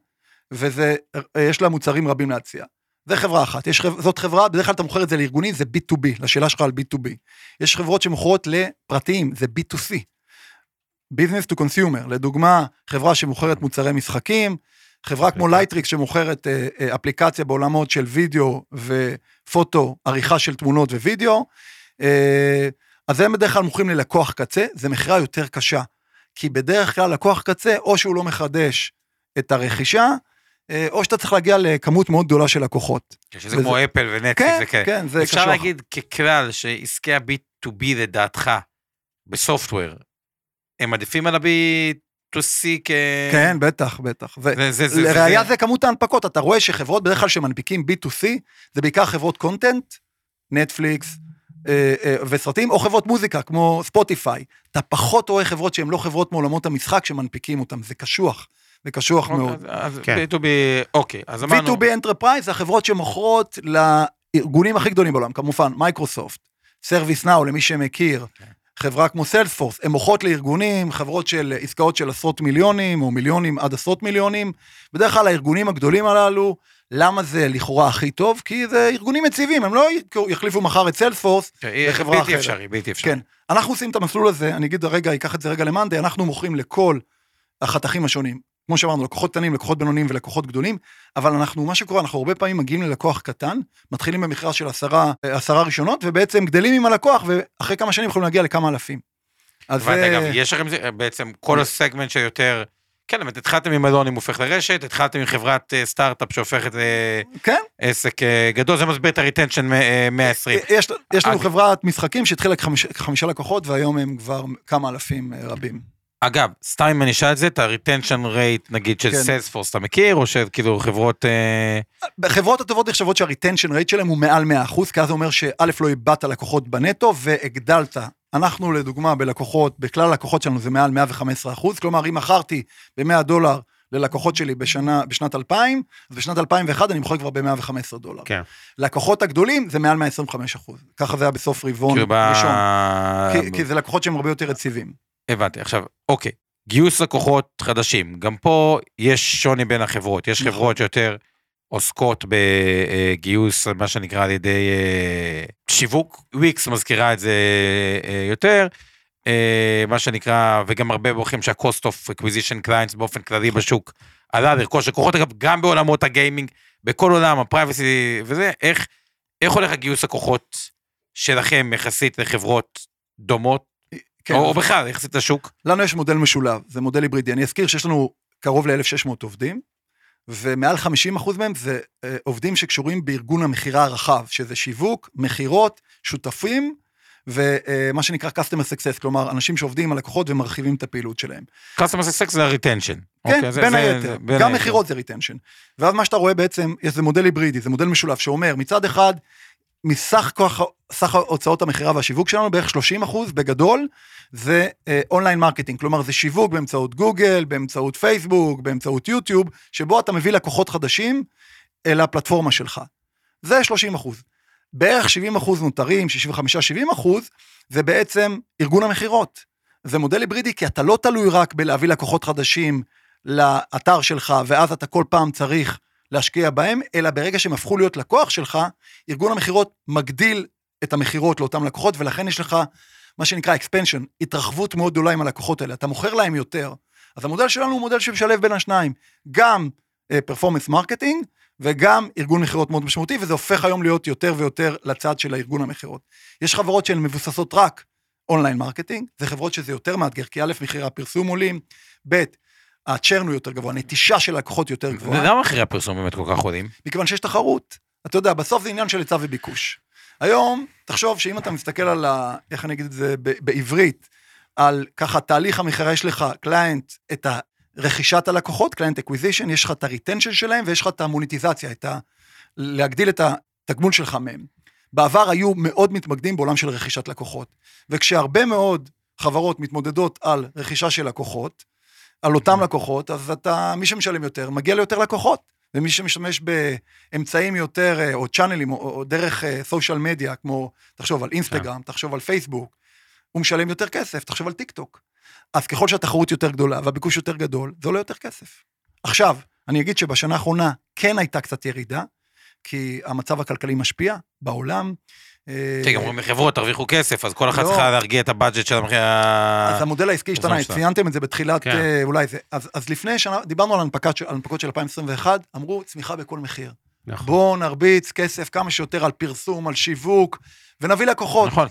ויש לה מוצרים רבים להציע. זה חברה אחת. זאת חברה, בדרך כלל אתה מוכר את זה לארגונים, זה B2B, לשאלה שלך על B2B. יש חברות שמוכרות לפרטיים, זה B2C. Business to Consumer, לדוגמה, חברה שמוכרת מוצרי משחקים, חברה כמו לייטריקס שמוכרת אפליקציה בעולמות של וידאו ופוטו, עריכה של תמונות ווידאו, אז הם בדרך כלל מוכרים ללקוח קצה, זה מחירה יותר קשה, כי בדרך כלל לקוח קצה, או שהוא לא מחדש את הרכישה, או שאתה צריך להגיע לכמות מאוד גדולה של לקוחות. שזה כמו אפל ונטפליקס, כן, זה קשוח. אפשר להגיד ככלל שעסקי ה-B2B לדעתך, בסופטוור, הם עדיפים על ה-B2C כן, בטח. לראיה זה כמות ההנפקות, אתה רואה שחברות בדרך כלל שמנפיקים B2C, זה בעיקר חברות קונטנט, נטפליקס וסרטים, או חברות מוזיקה, כמו ספוטיפיי. אתה פחות רואה חברות שהן לא חברות מעולמות המשחק שמנפיקים אותם, זה קשוח. זה קשוח מאוד. B2B, אוקיי, אז אמרנו... B2B Enterprise זה החברות שמוכרות לארגונים הכי גדולים בעולם, כמובן, מייקרוסופט, סרוויס נאו, למי שמכיר, חברה כמו סיילספורס, הן מוכרות לארגונים, חברות של עסקאות של עשרות מיליונים, או מיליונים עד עשרות מיליונים, בדרך כלל הארגונים הגדולים הללו, למה זה לכאורה הכי טוב? כי זה ארגונים יציבים, הם לא יחליפו מחר את סיילספורס, לחברה אחרת. בלתי אפשרי. כן, אנחנו עושים את המסלול הזה, אני אגיד רגע, אקח את זה רגע למאנדי, אנחנו מוכרים לכל החתכים השונים, כמו שאמרנו, לקוחות קטנים, לקוחות בינוניים ולקוחות גדולים, אבל מה שקורה, אנחנו הרבה פעמים מגיעים ללקוח קטן, מתחילים במכירה של 10 ראשונות, ובעצם גדלים עם הלקוח, ואחרי כמה שנים יכולים להגיע לכמה אלפים. ואגב, יש לכם בעצם כל הסגמנט שיותר, כן, אבל התחלתם עם מלון, אם הופך לרשת, התחלתם עם חברת סטארט-אפ שהופכת לעסק גדול, זה מסביר את הריטנשן 120. יש לנו חברת משחקים שהתחילה 5 לקוחות, והיום הם כבר כמה אלפים רבים. אגב, סתם אם אני אשאל את זה, את ה-retension rate, נגיד, של סיילספורס, אתה מכיר, או שכאילו חברות... בחברות הטובות נחשבות שה-retension rate שלהם הוא מעל 100%, כי אז זה אומר שא' לא איבדת לקוחות בנטו, והגדלת. אנחנו לדוגמה בלקוחות, בכלל הלקוחות שלנו זה מעל 115%, כלומר, אם מכרתי ב$100 ללקוחות שלי בשנת 2000, אז בשנת 2001 אני מוכר כבר ב$115. כן. לקוחות הגדולים זה מעל 125%. ככה זה היה בסוף רבעון ראשון. כי זה לקוחות שהם הרבה יותר יציבים. הבנתי, עכשיו, אוקיי, גיוס לקוחות חדשים, גם פה יש שוני בין החברות, יש חברות שיותר עוסקות בגיוס, מה שנקרא על ידי שיווק, וויקס מזכירה את זה יותר, מה שנקרא, וגם הרבה בוחרים שה-cost of acquisition clients באופן כללי בשוק, עלה לרכוש לקוחות, אגב, גם בעולמות הגיימינג, בכל עולם הפרייבסי וזה, איך הולך הגיוס הכוחות שלכם יחסית לחברות דומות, כן. או בכלל יחסית לשוק? לנו יש מודל משולב, זה מודל היברידי, אני אזכיר שיש לנו קרוב ל-1,600 עובדים, ומעל 50% מהם זה עובדים שקשורים בארגון המחירה הרחב, שזה שיווק, מחירות, שותפים, ומה שנקרא Customer Success, כלומר, אנשים שעובדים על לקוחות ומרחיבים את הפעילות שלהם. Customer Success זה ה-retention. כן, בין היתר, גם מחירות זה retention. ואז מה שאתה רואה בעצם, זה מודל היברידי, זה מודל משולב, שאומר, מצד אחד, מסך הוצאות המחירה והשיווק שלנו, בערך 30% בגדול, זה אונליין מרקטינג, כלומר זה שיווק באמצעות גוגל, באמצעות פייסבוק, באמצעות יוטיוב, שבו אתה מביא לקוחות חדשים אל הפלטפורמה שלך. זה 30%. בערך 70% נותרים, 65-70%, זה בעצם ארגון המחירות. זה מודל היברידי, כי אתה לא תלוי רק בלהביא לקוחות חדשים לאתר שלך, ואז אתה כל פעם צריך להשקיע בהם, אלא ברגע שהם הפכו להיות לקוח שלך, ארגון המחירות מגדיל את המחירות לאותם לקוחות, ולכן יש לך מה שנקרא expansion, התרחבות מאוד גדולה עם הלקוחות האלה, אתה מוכר להם יותר. אז המודל שלנו הוא מודל שמשלב בין השניים, גם performance marketing, וגם ארגון מחירות מאוד משמעותי, וזה הופך היום להיות יותר ויותר לצד של הארגון המחירות. יש חברות שהן מבוססות רק אונליין מרקטינג, זה חברות שזה יותר מאתגר, כי א', מחירי הפרסום עולים, ב', הצ'רן הוא יותר גבוה, הנטישה של לקוחות יותר גבוהה. ולמה מחירי הפרסום באמת כל כך עולים? מכיוון שיש תחרות. אתה יודע, בסוף זה עניין של היצע וביקוש. היום, תחשוב שאם אתה מסתכל על איך אני אגיד את זה בעברית, על ככה תהליך המחירה, יש לך קליינט את רכישת הלקוחות, קליינט אקוויזישן, יש לך את הריטנשן שלהם, ויש לך את המוניטיזציה, להגדיל את התגמול שלך מהם. בעבר היו מאוד מתמקדים בעולם של רכישת לקוחות, וכשהרבה מאוד חברות מתמודדות על רכישה של לקוחות, על אותם לקוחות, אז מי שמשלם יותר, מגיע ליותר לקוחות, ומי שמשתמש באמצעים יותר, או צ'אנלים, או דרך סושיאל מדיה, כמו, תחשוב על אינסטגרם, תחשוב על פייסבוק, הוא משלם יותר כסף, תחשוב על טיק טוק. אז ככל שהתחרות יותר גדולה, והביקוש יותר גדול, זה עולה יותר כסף. עכשיו, אני אגיד שבשנה האחרונה, כן הייתה קצת ירידה, כי המצב הכלכלי משפיע בעולם. כן, גם מחברות תרוויחו כסף, אז כל אחד צריכה להרגיע את הבאדג'ט של המחיר. אז המודל העסקי השתנה, ציינתם את זה בתחילת, אולי זה. אז לפני שנה, דיברנו על הנפקות של 2021, אמרו, צמיחה בכל מחיר. בואו נרביץ כסף כמה שיותר על פרסום, על שיווק, ונביא לקוחות. נכון,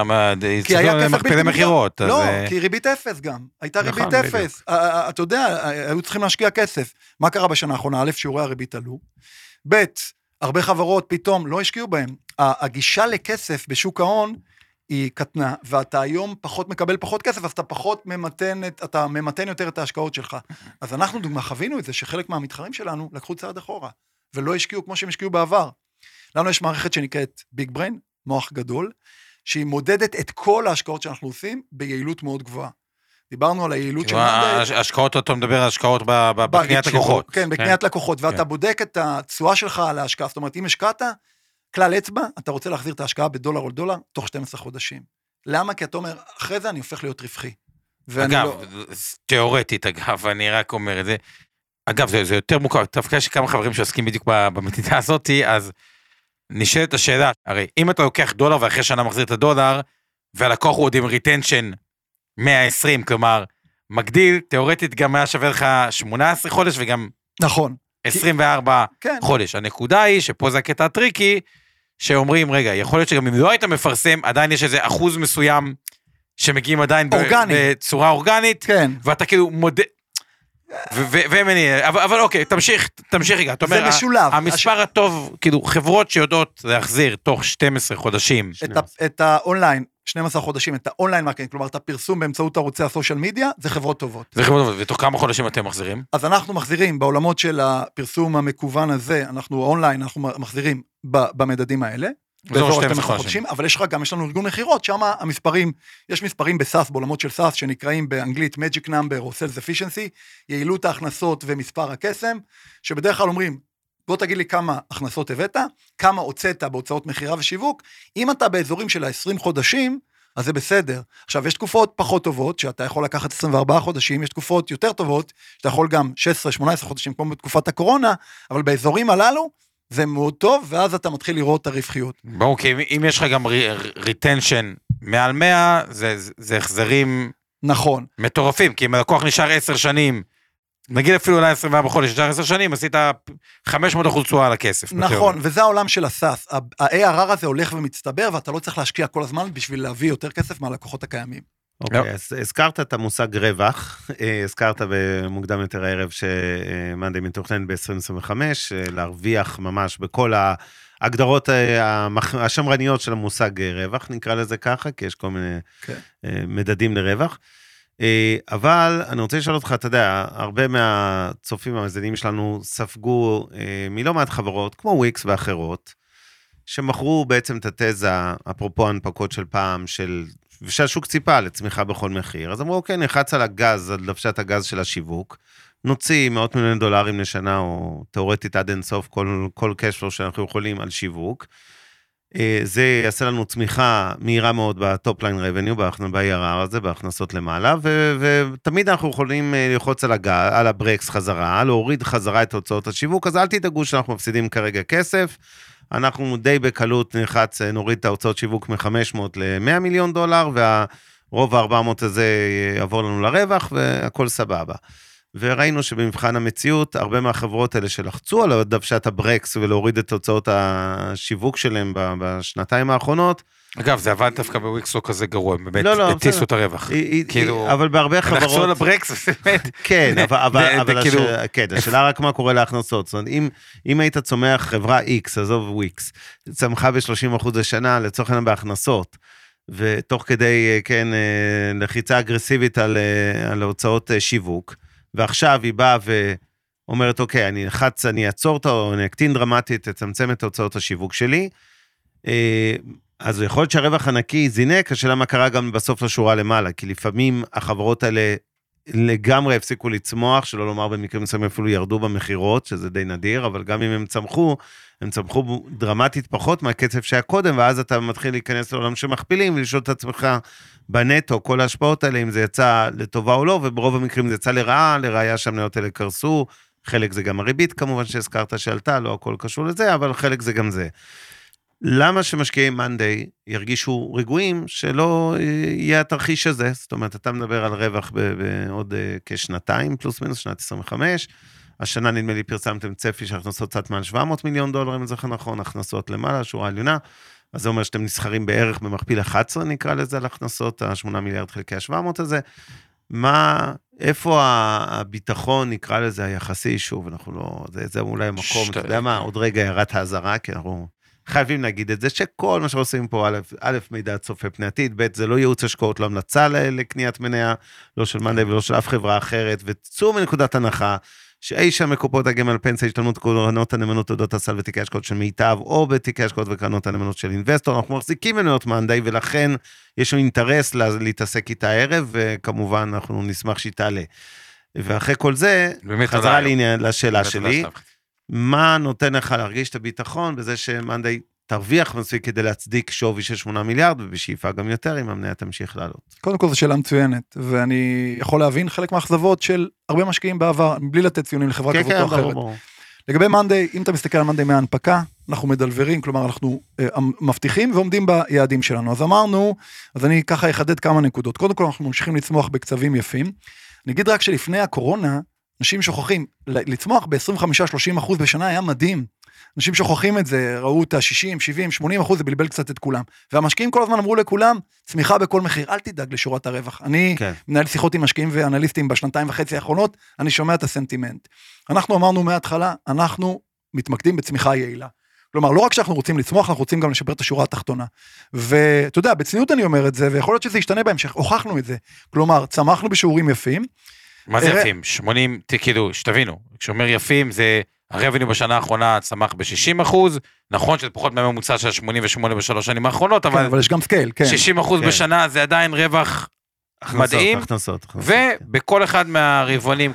כי היה מכפילי מחירות. לא, כי ריבית אפס גם. הייתה ריבית אפס. אתה יודע, היו צריכים להשקיע כסף. מה קרה בשנה האחרונה? א', שיעורי הריבית עלו. ב', הרבה חברות פתאום לא השקיעו בהם. הגישה לכסף בשוק ההון היא קטנה, ואתה היום פחות מקבל פחות כסף, אז אתה פחות ממתן יותר את ההשקעות שלך. אז אנחנו דוגמה חווינו את זה, שחלק מהמתחרים שלנו לקחו צעד אחורה, ולא השקיעו כמו שהם השקיעו בעבר. לנו יש מערכת שנקראת ביג בריין, מוח גדול, שהיא מודדת את כל ההשקעות שאנחנו עושים ביעילות מאוד גבוהה. דיברנו על היעילות של השקעות, אתה מדבר על השקעות בקניית לקוחות. כן, בקניית לקוחות, ואתה בודק את התשואה שלך על ההשקעה, זאת אומרת, אם השקעת, כלל אצבע, אתה רוצה להחזיר את ההשקעה בדולר או דולר, תוך 12 חודשים. למה? כי אתה אומר, אחרי זה אני הופך להיות רווחי. אגב, תיאורטית, אגב, אני רק אומר את זה, אגב, זה יותר מוכר, תפקע שכמה חברים שעוסקים בדיוק במדידה הזאת, אז נשאלת השאלה, הרי אם אתה לוקח דולר ואחרי שנה מחזיר את הדולר, והלקוח הוא עוד עם ריטנשן 120, כלומר, מגדיל, תיאורטית גם היה שווה לך 18 חודש וגם נכון. 24 חודש. הנקודה היא שפה זה הקטע הטריקי, שאומרים, רגע, יכול להיות שגם אם לא היית מפרסם, עדיין יש איזה אחוז מסוים שמגיעים עדיין בצורה אורגנית, ואתה כאילו מודה... אבל אוקיי, תמשיך רגע. זה משולב. המספר הטוב, כאילו, חברות שיודעות להחזיר תוך 12 חודשים. את האונליין, 12 חודשים, את האונליין מרקטינג, כלומר, את הפרסום באמצעות ערוצי הסושיאל מדיה, זה חברות טובות. זה חברות טובות, ותוך כמה חודשים אתם מחזירים? אז אנחנו מחזירים, בעולמות של הפרסום המקוון הזה, אנחנו אונליין, אנחנו מחזירים במדדים האלה, באזור 12 חודשים, אבל יש לנו ארגון מחירות, שם המספרים, יש מספרים בסאס, בעולמות של סאס, שנקראים באנגלית Magic Number או Sales Efficiency, יעילות ההכנסות ומספר הקסם, שבדרך כלל אומרים, בוא תגיד לי כמה הכנסות הבאת, כמה הוצאת בהוצאות מחירה ושיווק, אם אתה באזורים של 20 חודשים, אז זה בסדר. עכשיו, יש תקופות פחות טובות, שאתה יכול לקחת 24 חודשים, יש תקופות יותר טובות, שאתה יכול גם 16-18 חודשים, כמו בתקופת הקורונה, אבל באזורים הללו, זה מאוד טוב, ואז אתה מתחיל לראות את הרווחיות. ברור, כי אם יש לך גם ריטנשן מעל 100, זה החזרים... נכון. מטורפים, כי אם הלקוח נשאר 10 שנים, נגיד אפילו אולי 24 חודש, 10 שנים, עשית 500% תשואה על הכסף. נכון, וזה העולם של הסאס. ה-ARR הזה הולך ומצטבר, ואתה לא צריך להשקיע כל הזמן בשביל להביא יותר כסף מהלקוחות הקיימים. אוקיי, אז הזכרת את המושג רווח, הזכרת במוקדם יותר הערב שמאנדיי מתוכנן ב-2025, להרוויח ממש בכל ההגדרות השמרניות של המושג רווח, נקרא לזה ככה, כי יש כל מיני מדדים לרווח. אבל אני רוצה לשאול אותך, אתה יודע, הרבה מהצופים המאזינים שלנו ספגו מלא מעט חברות, כמו וויקס ואחרות, שמכרו בעצם את התזה, אפרופו הנפקות של פעם, ושהשוק ציפה לצמיחה בכל מחיר. אז אמרו, אוקיי, נחץ על הגז, על דוושת הגז של השיווק, נוציא $100 מיליון לשנה, או תיאורטית עד אינסוף, כל קשפלו שאנחנו יכולים על שיווק. זה יעשה לנו צמיחה מהירה מאוד בטופליין רבניו, ב-ARR הזה, בהכנסות למעלה, ותמיד אנחנו יכולים ללחוץ על הברקס חזרה, להוריד חזרה את הוצאות השיווק, אז אל תדאגו שאנחנו מפסידים כרגע כסף, אנחנו די בקלות נוריד את ההוצאות שיווק מ-500 ל-$100 מיליון, והרוב ה-400 הזה יעבור לנו לרווח, והכל סבבה. וראינו שבמבחן המציאות, הרבה מהחברות האלה שלחצו על דוושת הברקס, ולהוריד את הוצאות השיווק שלהם בשנתיים האחרונות. אגב, זה עבד דווקא בוויקס לא כזה גרוע, באמת, הטיסו את הרווח. אבל בהרבה חברות... לחצו על הברקס, באמת. כן, אבל השאלה רק מה קורה להכנסות. זאת אומרת, אם היית צומח חברה X, עזוב וויקס, צמחה ב-30% לשנה, לצורך העניין בהכנסות, ותוך כדי, כן, לחיצה אגרסיבית על הוצאות שיווק, ועכשיו היא באה ואומרת, אוקיי, אני אעצור אותו, אני אקטין דרמטית, אצמצם את הוצאות השיווק שלי, אז יכול להיות שהרווח הנקי זינק, השאלה מה קרה גם בסוף לשורה למעלה, כי לפעמים החברות האלה לגמרי הפסיקו לצמוח, שלא לומר במקרים מסוימים אפילו ירדו במחירות, שזה די נדיר, אבל גם אם הם צמחו דרמטית פחות מהקצב שהיה קודם, ואז אתה מתחיל להיכנס לעולם שמכפילים, ולשאול את עצמך בנטו, כל ההשפעות האלה, אם זה יצא לטובה או לא, וברוב המקרים זה יצא לראיה שהמניות האלה קרסו, חלק זה גם הריבית כמובן שהזכרת שעלתה, לא הכל קשור לזה, אבל חלק זה גם זה. למה שמשקיעי מאנדיי ירגישו רגועים שלא יהיה התרחיש הזה? זאת אומרת, אתה מדבר על רווח בעוד כשנתיים, פלוס מינוס, שנת 25, השנה נדמה לי פרסמתם צפי שהכנסות קצת מעל $700 מיליון, אם זה נכון, הכנסות למעלה, שורה עליונה, אז זה אומר שאתם נסחרים בערך במכפיל 11, נקרא לזה, על הכנסות, ה-8 מיליארד חלקי ה-700 הזה, איפה הביטחון, נקרא לזה, היחסי, שוב, אנחנו לא, זה אולי המקום, אתה יודע מה, עוד רגע ירת האזהרה, כי אנחנו חייבים להגיד את זה, שכל מה שעושים פה, א', מידע צופה פני עתיד, ב', זה לא ייעוץ השקעות, לא המלצה לקניית מניה, לא של מאנדיי ולא של אף חברה אחרת, וצאו מנקודת הנחה, שאי שם מקופות הגמל פנסיה, השתלמות קרנות הנאמנות תעודות הסל ותיקי השקעות של מיטב, או בתיקי השקעות וקרנות הנאמנות של אינבסטור, אנחנו מחזיקים מניות מאנדיי, ולכן יש לנו אינטרס להתעסק איתה הערב, וכמובן אנחנו נשמח שהיא תעלה. ואחרי כל זה, חזרה לשאלה שלי, מה נותן לך להרגיש את הביטחון, בזה שמאנדיי תרוויח מספיק כדי להצדיק שווי של 8 מיליארד, ובשאיפה גם יותר, אם המניה תמשיך לעלות. קודם כל, זו שאלה מצוינת, ואני יכול להבין חלק מהאכזבות של הרבה משקיעים בעבר, בלי לתת ציונים לחברה כזאת או אחרת. לגבי מאנדיי, אם אתה מסתכל על מאנדיי מההנפקה, אנחנו מדלברים, כלומר, אנחנו מבטיחים ועומדים ביעדים שלנו. אז אמרנו, אז אני ככה אחדד כמה נקודות. קודם כל, אנחנו ממשיכים לצמוח בקצבים יפים. אני אגיד רק שלפני הקורונה, אנשים שוכחים, לצמוח ב-25-30% בשנה היה מדהים. אנשים שוכחים את זה, ראו את ה-60, 70, 80%, זה בלבל קצת את כולם. והמשקיעים כל הזמן אמרו לכולם, צמיחה בכל מחיר, אל תדאג לשורת הרווח. אני מנהל שיחות עם משקיעים ואנליסטים בשנתיים וחצי האחרונות, אני שומע את הסנטימנט. אנחנו אמרנו מההתחלה, אנחנו מתמקדים בצמיחה יעילה. כלומר, לא רק שאנחנו רוצים לצמוח, אנחנו רוצים גם לשפר את השורה התחתונה. ואתה יודע, בצניעות אני אומר את זה, ויכול להיות שזה ישתנה בהמשך, הוכחנו את זה. כלומר, צמחנו בשיעורים יפים. מה זה יפים? 80, כאילו, שתבינו, כשאומר יפים זה, הרבניו בשנה האחרונה צמח ב-60%, נכון שזה פחות מהממוצע של 88 בשלוש שנים האחרונות, אבל יש גם סקייל, כן. 60% בשנה זה עדיין רווח מדהים, ובכל אחד מהרבעונים,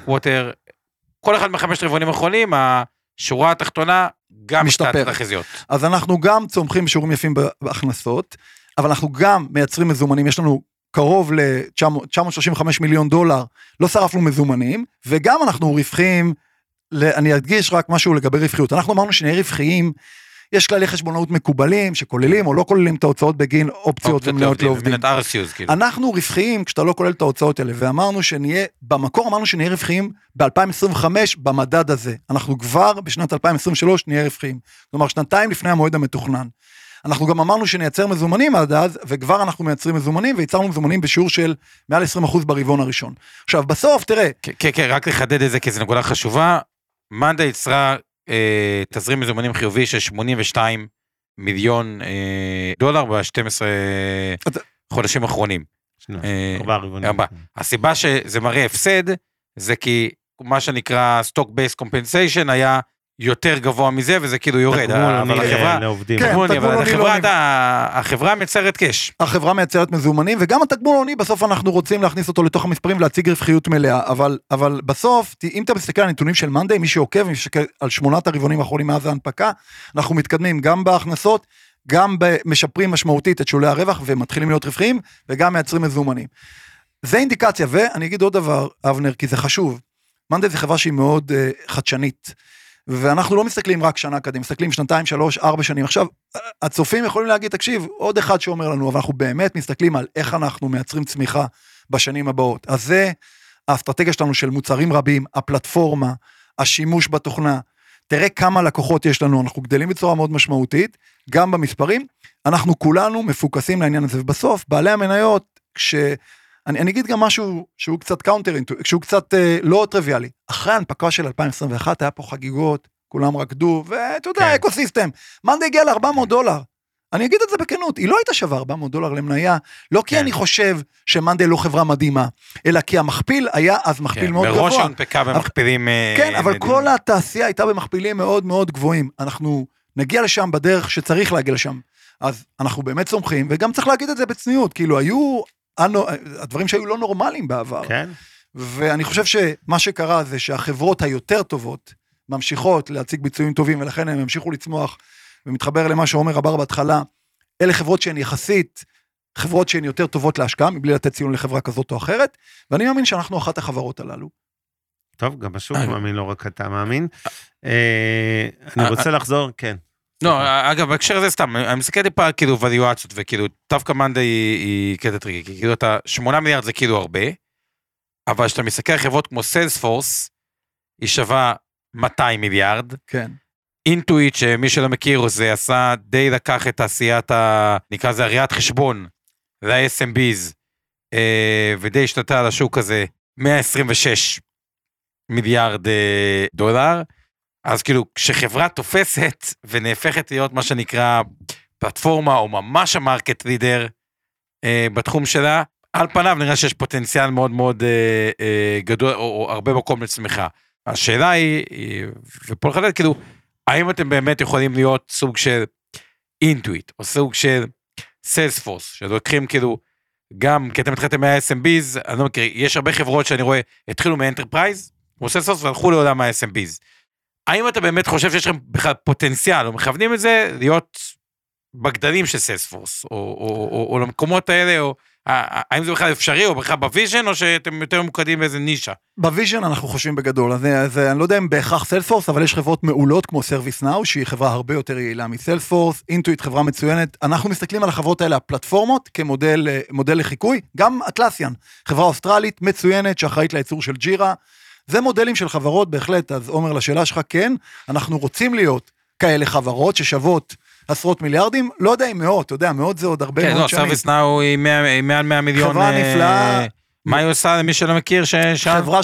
כל אחד מהחמשת רבעונים האחרונים, השורה התחתונה גם משתפרת החזיות. אז אנחנו גם צומחים בשיעורים יפים בהכנסות, אבל אנחנו גם מייצרים מזומנים, יש לנו קרוב ל-$935 מיליון, לא שרפנו מזומנים, וגם אנחנו רווחים, אני אדגיש רק משהו לגבי רווחיות, אנחנו אמרנו שנהיה רווחיים, יש כללי חשבונאות מקובלים, שכוללים או לא כוללים את ההוצאות בגין אופציות ומניות לעובדים. אנחנו רווחיים, כשאתה לא כולל את ההוצאות האלה, ואמרנו שנהיה, במקור אמרנו שנהיה רווחיים ב-2025 במדד הזה. אנחנו כבר בשנת 2023 נהיה רווחיים. כלומר, שנתיים לפני המועד המתוכנן. אנחנו גם אמרנו שנייצר מזומנים עד אז, וכבר אנחנו מייצרים מזומנים, וייצרנו מזומנים בשיעור של מעל 20% ברבעון הראשון. עכשיו, בסוף, תראה. כן, רק לחדד את זה, כי זו נקודה חשובה. מאנדה יצרה תזרים מזומנים חיובי של 82 מיליון דולר ב-12 חודשים האחרונים. 4 רבעונים. הסיבה שזה מראה הפסד, זה כי מה שנקרא Stock-Based Compensation היה יותר גבוה מזה, וזה כאילו יורד. אבל החברה מייצרת קש. החברה מייצרת מזומנים, וגם התגמול העוני, בסוף אנחנו רוצים להכניס אותו לתוך המספרים, ולהציג רווחיות מלאה, אבל בסוף, אם אתה מסתכל על הנתונים של מאנדיי, מי שעוקב, מי שעוקב על 8 הרבעונים האחרונים מאז ההנפקה, אנחנו מתקדמים גם בהכנסות, גם משפרים משמעותית את שולי הרווח, ומתחילים להיות רווחיים, וגם מייצרים מזומנים. זה אינדיקציה, ואני אגיד עוד דבר, אבנר, כי זה חשוב. מאנדיי זה חברה שהיא מאוד חדשנית. ואנחנו לא מסתכלים רק שנה קדימה, מסתכלים 2, 3, 4 שנים. עכשיו, הצופים יכולים להגיד, תקשיב, עוד אחד שאומר לנו, אבל אנחנו באמת מסתכלים על איך אנחנו מייצרים צמיחה בשנים הבאות. אז זה האסטרטגיה שלנו של מוצרים רבים, הפלטפורמה, השימוש בתוכנה. תראה כמה לקוחות יש לנו, אנחנו גדלים בצורה מאוד משמעותית, גם במספרים, אנחנו כולנו מפוקסים לעניין הזה, ובסוף, בעלי המניות, אני אגיד גם משהו שהוא קצת שהוא קצת לא טריוויאלי. אחרי ההנפקה של 2021 היה פה חגיגות, כולם רקדו, ואתה יודע, אקוסיסטם. מאנדיי הגיע ל$400. אני אגיד את זה בכנות, היא לא הייתה שווה $400 למניה, לא כי אני חושב שמאנדיי לא חברה מדהימה, אלא כי המכפיל היה אז מכפיל מאוד גבוה. מראש ההנפקה במכפילים... כן, אבל כל התעשייה הייתה במכפילים מאוד מאוד גבוהים. אנחנו נגיע לשם בדרך שצריך להגיע לשם. אז אנחנו באמת סומכים, וגם צריך להגיד את זה בצניעות, כאילו היו הדברים שהיו לא נורמליים בעבר. כן. ואני חושב שמה שקרה זה שהחברות היותר טובות ממשיכות להציג ביצועים טובים, ולכן הם המשיכו לצמוח, ומתחבר למה שאומר הבר בהתחלה, אלה חברות שהן יחסית, חברות שהן יותר טובות להשקעה, מבלי לתת ציון לחברה כזאת או אחרת, ואני מאמין שאנחנו אחת החברות הללו. טוב, גם השוק מאמין, לא רק אתה מאמין. אני רוצה לחזור, כן. לא, אגב, בהקשר הזה סתם, אני מסתכל טיפה כאילו וליואציות, וכאילו, דווקא מאנדיי היא קטע טריקי, כאילו אתה 8 מיליארד זה כאילו הרבה, אבל כשאתה מסתכל על חברות כמו סיילספורס, היא שווה 200 מיליארד. כן. אינטואיט, שמי שלא מכיר, זה עשה די לקח את תעשיית נקרא זה הראיית חשבון, ל-SMBs, ודי השתתה על השוק הזה, 126 מיליארד דולר, אז כאילו, כשחברה תופסת, ונהפכת להיות מה שנקרא פלטפורמה, או ממש המרקט לידר בתחום שלה, על פניו נראה שיש פוטנציאל מאוד מאוד גדול, או הרבה מקום לצמיחה. השאלה היא, ופה לחדד, כאילו, האם אתם באמת יכולים להיות סוג של אינטואיט, או סוג של סיילספורס, שלוקחים כאילו, גם כי אתם התחלתם מה-SMBs, אני לא מכיר, יש הרבה חברות שאני רואה, התחילו מאנטרפרייז, כמו סיילספורס, והלכו לעולם מה-SMBs. האם אתה באמת חושב שיש לכם בכלל פוטנציאל, או מכוונים את זה להיות בגדלים של סיילספורס, או למקומות האלה, או האם זה בכלל אפשרי, או בכלל בוויז'ן, או שאתם יותר ממוקדים באיזה נישה? בוויז'ן אנחנו חושבים בגדול, אז אני לא יודע אם בהכרח סיילספורס, אבל יש חברות מעולות כמו ServiceNow, שהיא חברה הרבה יותר יעילה מסיילספורס, אינטואיט חברה מצוינת, אנחנו מסתכלים על החברות האלה, הפלטפורמות, כמודל לחיקוי, גם אטלסיאן, חברה אוסטרלית מצוינת, שאחראית לייצור של ג'ירה, זה מודלים של חברות בהחלט, אז עומר לשאלה שלך, כן, אנחנו רוצים להיות כאלה חברות ששוות עשרות מיליארדים, לא יודע אם מאות, אתה יודע, מאות זה עוד הרבה מאוד שנים. כן, לא, ServiceNow היא מעל 100 מיליון. חברה נפלאה. מה היא עושה למי שלא מכיר? חברה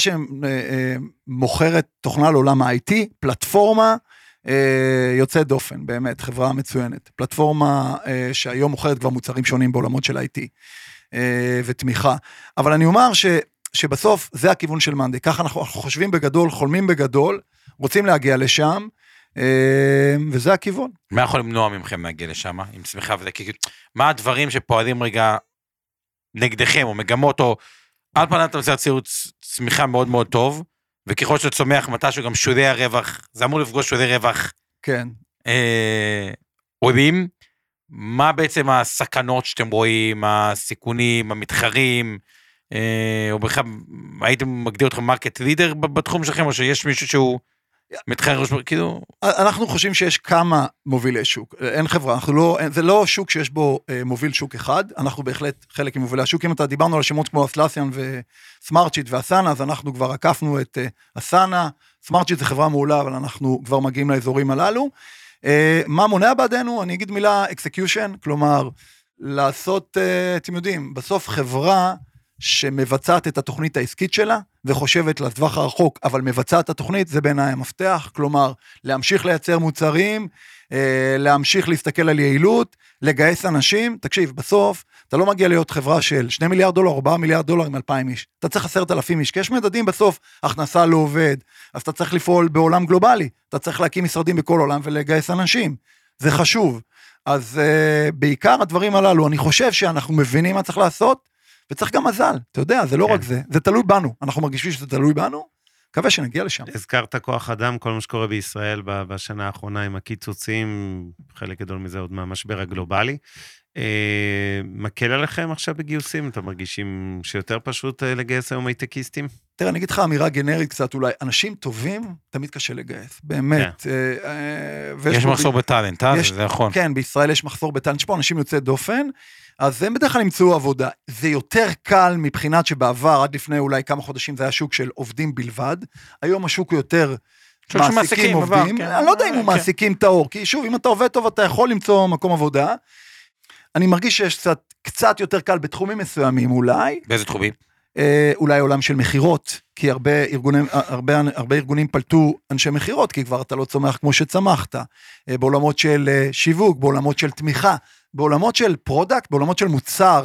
שמוכרת תוכנה לעולם ה-IT, פלטפורמה יוצאת דופן, באמת, חברה מצוינת. פלטפורמה שהיום מוכרת כבר מוצרים שונים בעולמות של IT ותמיכה. אבל אני אומר שבסוף זה הכיוון של מאנדיי, ככה אנחנו חושבים בגדול, חולמים בגדול, רוצים להגיע לשם, וזה הכיוון. מה יכול למנוע ממכם להגיע לשם, עם צמיחה וזה? מה הדברים שפועלים רגע נגדכם, או מגמות, או על פניו אתה רוצה להציע צמיחה מאוד מאוד טוב, וככל שאתה צומח מתישהו גם שולי הרווח, זה אמור לפגוש שולי רווח, כן. עולים, מה בעצם הסכנות שאתם רואים, הסיכונים, המתחרים, או בכלל, הייתם מגדיר אתכם מרקט לידר בתחום שלכם, או שיש מישהו שהוא מתחרה, כאילו... אנחנו חושבים שיש כמה מובילי שוק, אין חברה, זה לא שוק שיש בו מוביל שוק אחד, אנחנו בהחלט חלק ממובילי השוק, אם אתה דיברנו על שמות כמו אסלאסיאן וסמארטשיט ואסנה, אז אנחנו כבר עקפנו את אסנה, סמארטשיט זה חברה מעולה, אבל אנחנו כבר מגיעים לאזורים הללו. מה מונע בעדנו? אני אגיד מילה execution, כלומר, לעשות, אתם יודעים, בסוף חברה שמבצעת את התוכנית העסקית שלה, וחושבת לטווח הרחוק, אבל מבצעת את התוכנית, זה בעיניי המפתח, כלומר, להמשיך לייצר מוצרים, להמשיך להסתכל על יעילות, לגייס אנשים, תקשיב, בסוף, אתה לא מגיע להיות חברה של 2 מיליארד דולר, 4 מיליארד דולר עם 2,000 איש, אתה צריך 10,000 איש, כי יש מדדים בסוף, הכנסה לא עובד, אז אתה צריך לפעול בעולם גלובלי, אתה צריך להקים משרדים בכל עולם, ולגייס אנשים, זה חשוב, אז בעיקר הדברים הללו, אני חושב שאנחנו מבינים מה צריך לעשות, וצריך גם מזל, אתה יודע, זה לא רק זה, זה תלוי בנו, אנחנו מרגישים שזה תלוי בנו, מקווה שנגיע לשם. הזכרת כוח אדם, כל מה שקורה בישראל בשנה האחרונה עם הקיצוצים, חלק גדול מזה עוד מהמשבר הגלובלי, מקל עליכם עכשיו בגיוסים? אתם מרגישים שיותר פשוט לגייס היום הייטקיסטים? תראה, אני אגיד לך אמירה גנרית קצת אולי, אנשים טובים תמיד קשה לגייס, באמת. יש מחסור בטלנט, זה נכון. כן, בישראל יש מחסור בטלנט, יש פה אנשים יוצאי דופן, אז הם בדרך כלל ימצאו עבודה. זה יותר קל מבחינת שבעבר, עד לפני אולי כמה חודשים, זה היה שוק של עובדים בלבד, היום השוק הוא יותר מעסיקים עובדים, אני לא יודע אם הוא מעסיקים את האור, כי שוב, אם אתה עובד טוב, אתה יכול למצוא מקום עבודה, אני מרגיש שיש קצת יותר קל בתחומים מסוימים אולי. באיזה תחומים? אולי עולם של מחירות, כי הרבה ארגונים פלטו אנשי מחירות, כי כבר אתה לא צומח כמו שצמחת, בעולמות של שיווק, בעולמות של תמיכה, בעולמות של פרודקט, בעולמות של מוצר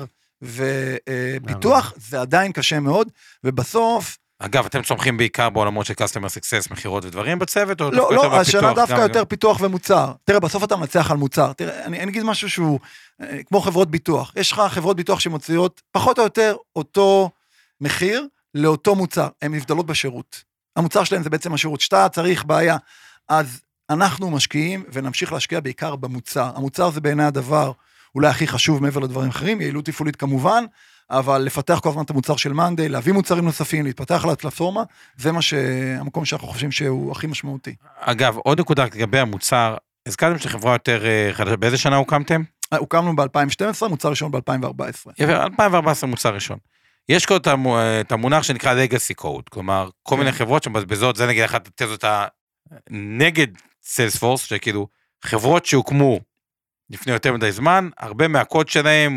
וביטוח, זה עדיין קשה מאוד, ובסוף... אגב, אתם צומחים בעיקר בעולמות של customer success, מחירות ודברים בצוות? לא, השנה דווקא יותר פיתוח ומוצר. תראה, בסוף אתה מנצח על מוצר. תראה, אני אגיד משהו שהוא כמו חברות ביטוח. יש לך חברות ביטוח שמוציאות פחות או יותר אותו מחיר לאותו מוצר. הן מבדלות בשירות. המוצר שלהם זה בעצם השירות. שאתה צריך בעיה. אז אנחנו משקיעים ונמשיך להשקיע בעיקר במוצר. המוצר זה בעיני הדבר אולי הכי חשוב מעבר לדברים אחרים, יעילות תפעולית כמובן, אבל לפתח כל הזמן את המוצר של מאנדיי, להביא מוצרים נוספים, להתפתח על הפלטפורמה, זה המקום שאנחנו חושבים שהוא הכי משמעותי. אגב, עוד נקודה לגבי המוצר, הזכרתם שחברה יותר חדשה, באיזה שנה הוקמתם? הוקמנו ב-2012, מוצר ראשון ב-2014. 2014 מוצר ראשון. יש כל את המונח שנקרא Legacy Code, כלומר, כל מיני חברות שמבזבזות, זה נגיד אחת התזות נגד Salesforce, שכאילו חברות שהוקמו לפני יותר מדי זמן, הרבה מהקוד שלהם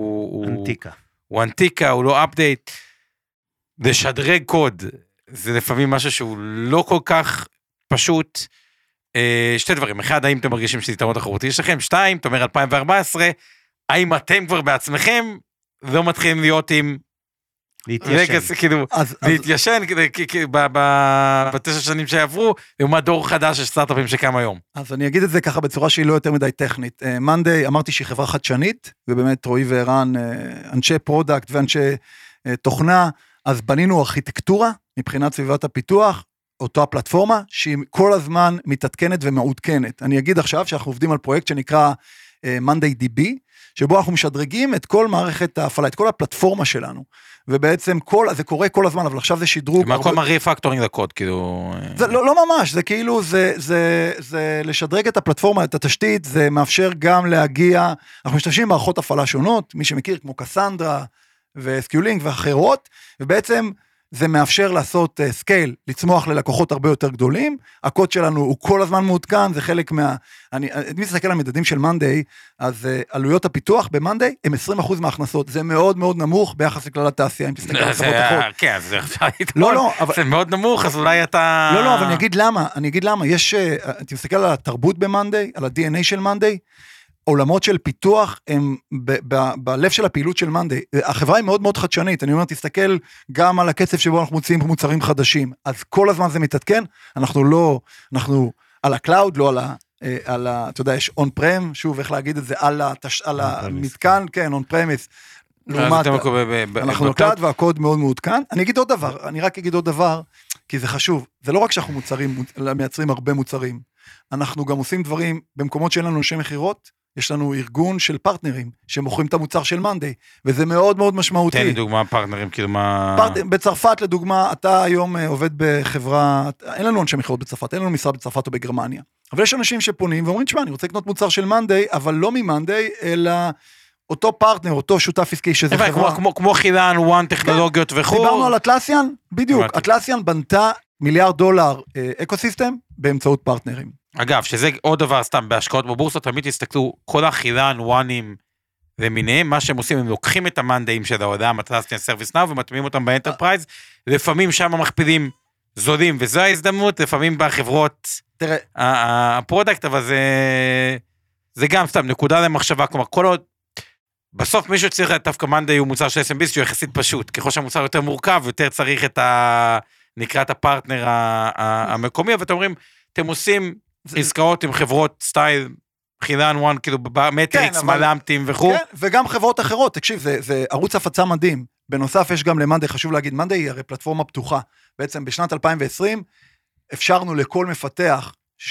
הוא אנטיקה, הוא לא אפדייט, לשדרג קוד, זה לפעמים משהו שהוא לא כל כך פשוט, שתי דברים, אחד, האם אתם מרגישים שזה יתרון תחרותי שלכם, שתיים, אתה אומר 2014, האם אתם כבר בעצמכם, לא מתחילים להיות עם להתיישן, כאילו, להתיישן, בתשע שנים שעברו, לעומת דור חדש של סטארט-אפים שקם היום. אז אני אגיד את זה ככה בצורה שהיא לא יותר מדי טכנית. מאנדיי, אמרתי שהיא חברה חדשנית, ובאמת רועי וערן, אנשי פרודקט ואנשי תוכנה, אז בנינו ארכיטקטורה, מבחינת סביבת הפיתוח, אותו הפלטפורמה, שהיא כל הזמן מתעדכנת ומעודכנת. אני אגיד עכשיו שאנחנו עובדים על פרויקט שנקרא מאנדיי DB, שבו אנחנו משדרגים את כל מערכת ההפעלה, את כל הפלטפורמה שלנו, ובעצם זה קורה כל הזמן, אבל עכשיו זה שדרוג. מה כל ריפקטורינג לקוד, כאילו... זה לא ממש, זה כאילו, זה לשדרג את הפלטפורמה, את התשתית, זה מאפשר גם להגיע, אנחנו משתמשים במערכות הפעלה שונות, מי שמכיר כמו קסנדרה וסקיולינג ואחרות, ובעצם זה מאפשר לעשות סקייל, לצמוח ללקוחות הרבה יותר גדולים, הקוד שלנו הוא כל הזמן מעודכן, זה חלק אני מסתכל על המדדים של מאנדיי, אז עלויות הפיתוח במאנדיי הם 20% מההכנסות, זה מאוד מאוד נמוך ביחס לכלל התעשייה, אם תסתכל על חברות אחרות. כן, זה זה מאוד נמוך, אז אולי אתה... לא, אבל אני אגיד למה, אתה מסתכל על התרבות במאנדיי, על ה-DNA של מאנדיי, עולמות של פיתוח הם בלב של הפעילות של מאנדיי, החברה היא מאוד מאוד חדשנית, אני אומר, תסתכל גם על הקצב שבו אנחנו מוצאים מוצרים חדשים, אז כל הזמן זה מתעדכן, אנחנו על הקלאוד, לא על אתה יודע, יש און פרם, שוב, איך להגיד את זה, על המתקן, כן, און פרמיס, לעומת, אנחנו בקלאוד והקוד מאוד מעודכן, אני רק אגיד עוד דבר, כי זה חשוב, זה לא רק שאנחנו מייצרים הרבה מוצרים, אנחנו גם עושים דברים במקומות שאין לנו אנשי מחירות, יש לנו ארגון של פרטנרים, שמוכרים את המוצר של מאנדיי, וזה מאוד מאוד משמעותי. תן לי דוגמה, פרטנרים, כאילו מה... בצרפת, לדוגמה, אתה היום עובד בחברה, אין לנו אנשי מכירות בצרפת, אין לנו משרד בצרפת או בגרמניה, אבל יש אנשים שפונים ואומרים, תשמע, אני רוצה לקנות מוצר של מאנדיי, אבל לא ממאנדיי, אלא אותו פרטנר, אותו שותף עסקי, שזה חברה... כמו חילן, וואן, טכנולוגיות וכו'. דיברנו על אטלסיאן, בדיוק, אטלסיאן בנתה $1 מיליארד אקוסיסטם באמצעות פרטנרים. אגב, שזה עוד דבר סתם, בהשקעות בבורסה, תמיד תסתכלו, כל החילן, וואנים ומיניהם, מה שהם עושים, הם לוקחים את המנדאים של ההודעה, מטרסטיין סרוויס נאו, ומטמיעים אותם באנטרפרייז, לפעמים שם מכפילים זולים, וזו ההזדמנות, לפעמים בחברות הפרודקט, אבל זה גם סתם, נקודה למחשבה, כלומר, כל עוד, בסוף מישהו צריך דווקא מנדאי הוא מוצר של SMB, שהוא יחסית פשוט, ככל שהמוצר יותר מורכב, יותר צריך את נקרא את הפרטנר המקומי, ואתם אומרים, אתם עושים עסקאות עם חברות סטייל, חילן וואן, כאילו במטריקס, מלאמטים וכו'. כן, וגם חברות אחרות, תקשיב, זה ערוץ הפצה מדהים. בנוסף, יש גם למאנדיי, חשוב להגיד, מאנדיי היא הרי פלטפורמה פתוחה. בעצם בשנת 2020, אפשרנו לכל מפתח,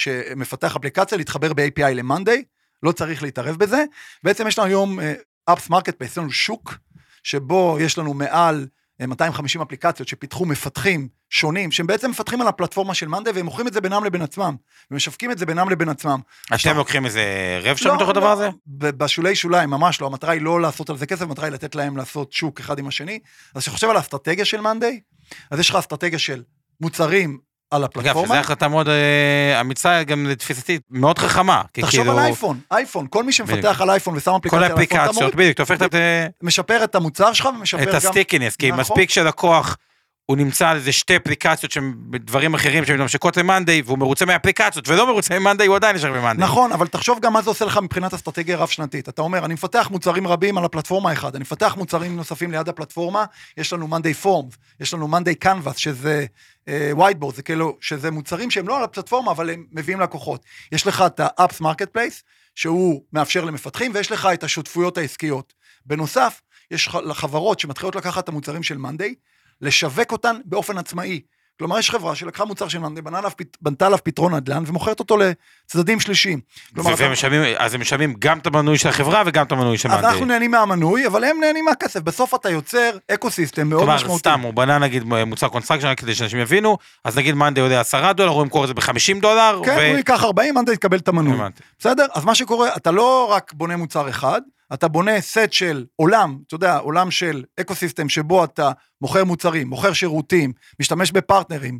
שמפתח אפליקציה, להתחבר ב-API למאנדיי, לא צריך להתערב בזה. בעצם יש לנו היום אפס מרקטפלייס, יש לנו שוק, שבו יש לנו מעל 250 אפליקציות שפיתחו מפתחים שונים, שהם בעצם מפתחים על הפלטפורמה של מאנדיי, והם מוכרים את זה בינם לבין עצמם, ומשווקים את זה בינם לבין עצמם. אתם לוקחים איזה רב שם בתוך הדבר הזה? בשולי שוליים, ממש לא, המטרה היא לא לעשות על זה כסף, המטרה היא לתת להם לעשות שוק אחד עם השני. אז שחושב על האסטרטגיה של מאנדיי, אז יש לך אסטרטגיה של מוצרים על הפלטפורמה. אגב, שזו החלטה מאוד אמיצה, גם לתפיסתית, מאוד חכמה. תחשוב על אייפון, כל מי שמפתח על אייפון ושם אפליקציה כל האפליקציות, בדיוק, אתה הופך את... משפר את המוצר שלך ומשפר גם... את הסטיקינס, כי מספיק שלקוח, הוא נמצא על איזה שתי אפליקציות שהם דברים אחרים שמתמשקות למאנדיי, והוא מרוצה מהאפליקציות, ולא מרוצה ממאנדיי, הוא עדיין נשאר במאנדיי. נכון, אבל תחשוב גם מה זה עושה לך מבחינת אסטרטגיה רב שנתית. אתה אומר, אני מפתח מוצרים רבים על הפלטפורמה אחד, אני מפתח מוצרים נוספים ליד הפלטפורמה, יש לנו מאנדיי פורמס, יש לנו מאנדיי קנבאס, שזה whiteboard, זה כאילו, שזה מוצרים שהם לא על הפלטפורמה, אבל הם מביאים לקוחות. יש לך את ה-Apps Marketplace, שהוא מאפשר למפתחים, ויש לך את השותפויות העסקיות. בנוסף, יש לחברות שמתחילות לקחת את המוצרים של מאנדיי, לשווק אותן באופן עצמאי. כלומר, יש חברה שלקחה מוצר של מאנדיי, בנתה עליו פתרון נדל"ן, ומוכרת אותו לצדדים שלישיים. אז הם משלמים גם את המנוי של החברה, וגם את המנוי של מאנדיי. אז אנחנו נהנים מהמנוי, אבל הם נהנים מהכסף. בסוף אתה יוצר אקוסיסטם מאוד משמעותי. כלומר, סתם, הוא בנה נגיד מוצר קונסטרקשן, כדי שאנשים יבינו, אז נגיד מאנדיי עולה $10, הוא ימכור את זה $50. כן, הוא ייקח 40, מאנדיי יקבל את המנוי. בסדר? אז מה שקורה, אתה לא רק בונה מוצר אחד, אתה בונה סט של עולם, אתה יודע, עולם של אקוסיסטם שבו אתה מוכר מוצרים, מוכר שירותים, משתמש בפרטנרים,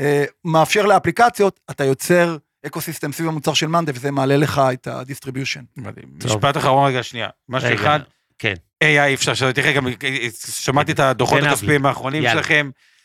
מאפשר לאפליקציות, אתה יוצר אקוסיסטם סביב המוצר של מאנדיי, וזה מעלה לך את הדיסטריביושן. משפט אחרון רגע, שנייה. משהו אחד, כן. AI אפשר שלא תראה, גם שמעתי את הדוחות הכספיים האחרונים שלכם,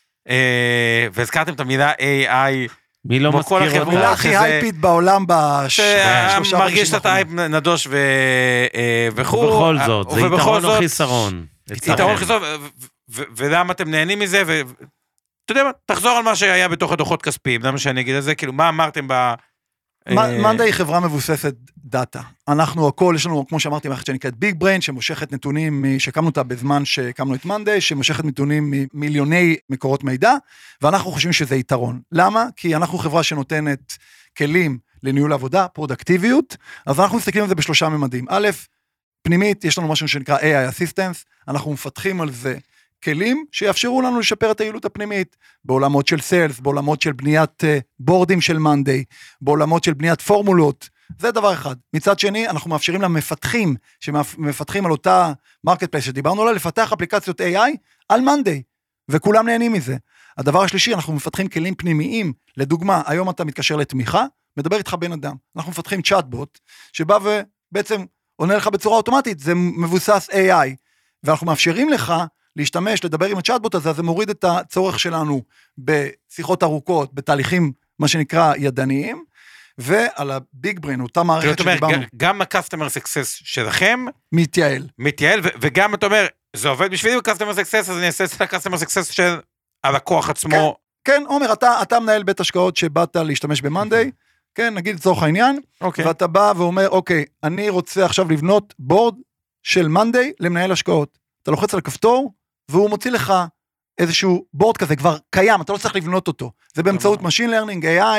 והזכרתם את המילה AI, מי לא מזכיר אותה? המילה הכי הייפית בעולם מרגיש את האייפ נדוש וכו'. ובכל זאת, זה יתרון או חיסרון. יתרון חיסרון, ולמה אתם נהנים מזה, ואתה יודע מה, תחזור על מה שהיה בתוך הדוחות כספיים, למה שאני אגיד על זה, כאילו, מה אמרתם ב... מאנדיי היא חברה מבוססת דאטה. אנחנו הכל, יש לנו, כמו שאמרתי, מערכת שנקראת ביג בריין, שמושכת נתונים, שהקמנו אותה בזמן שהקמנו את מאנדיי, שמושכת נתונים ממיליוני מקורות מידע, ואנחנו חושבים שזה יתרון. למה? כי אנחנו חברה שנותנת כלים לניהול עבודה, פרודקטיביות, אז אנחנו מסתכלים על זה בשלושה ממדים. א', פנימית, יש לנו משהו שנקרא AI Assistance, אנחנו מפתחים על זה כלים שיאפשרו לנו לשפר את היעילות הפנימית, בעולמות של סיילס, בעולמות של בניית בורדים של מאנדיי, בעולמות של בניית פורמולות, זה דבר אחד. מצד שני, אנחנו מאפשרים למפתחים, שמפתחים על אותה מרקטפלייס שדיברנו עליה, לפתח אפליקציות AI על מאנדיי, וכולם נהנים מזה. הדבר השלישי, אנחנו מפתחים כלים פנימיים, לדוגמה, היום אתה מתקשר לתמיכה, מדבר איתך בן אדם, אנחנו מפתחים צ'אטבוט, שבא ובעצם עונה לך בצורה אוטומטית, זה מבוסס AI, ואנחנו מאפשרים לך להשתמש, לדבר עם הצ'אטבוט הזה, אז זה מוריד את הצורך שלנו בשיחות ארוכות, בתהליכים, מה שנקרא, ידניים, ועל הביג בריין, אותה מערכת שדיברנו. גם ה-customer success שלכם, מתייעל, וגם אתה אומר, זה עובד בשבילי ב-customer success, אז אני אעשה את ה-customer success של הלקוח עצמו. כן, עומר, אתה מנהל בית השקעות שבאת להשתמש במאנדיי, כן, נגיד לצורך העניין, ואתה בא ואומר, אוקיי, אני רוצה עכשיו לבנות בורד של מאנדיי למנהל השקעות. אתה לוחץ על הכפתור, והוא מוציא לך איזשהו בורד כזה, כבר קיים, אתה לא צריך לבנות אותו. זה באמצעות Machine Learning, AI,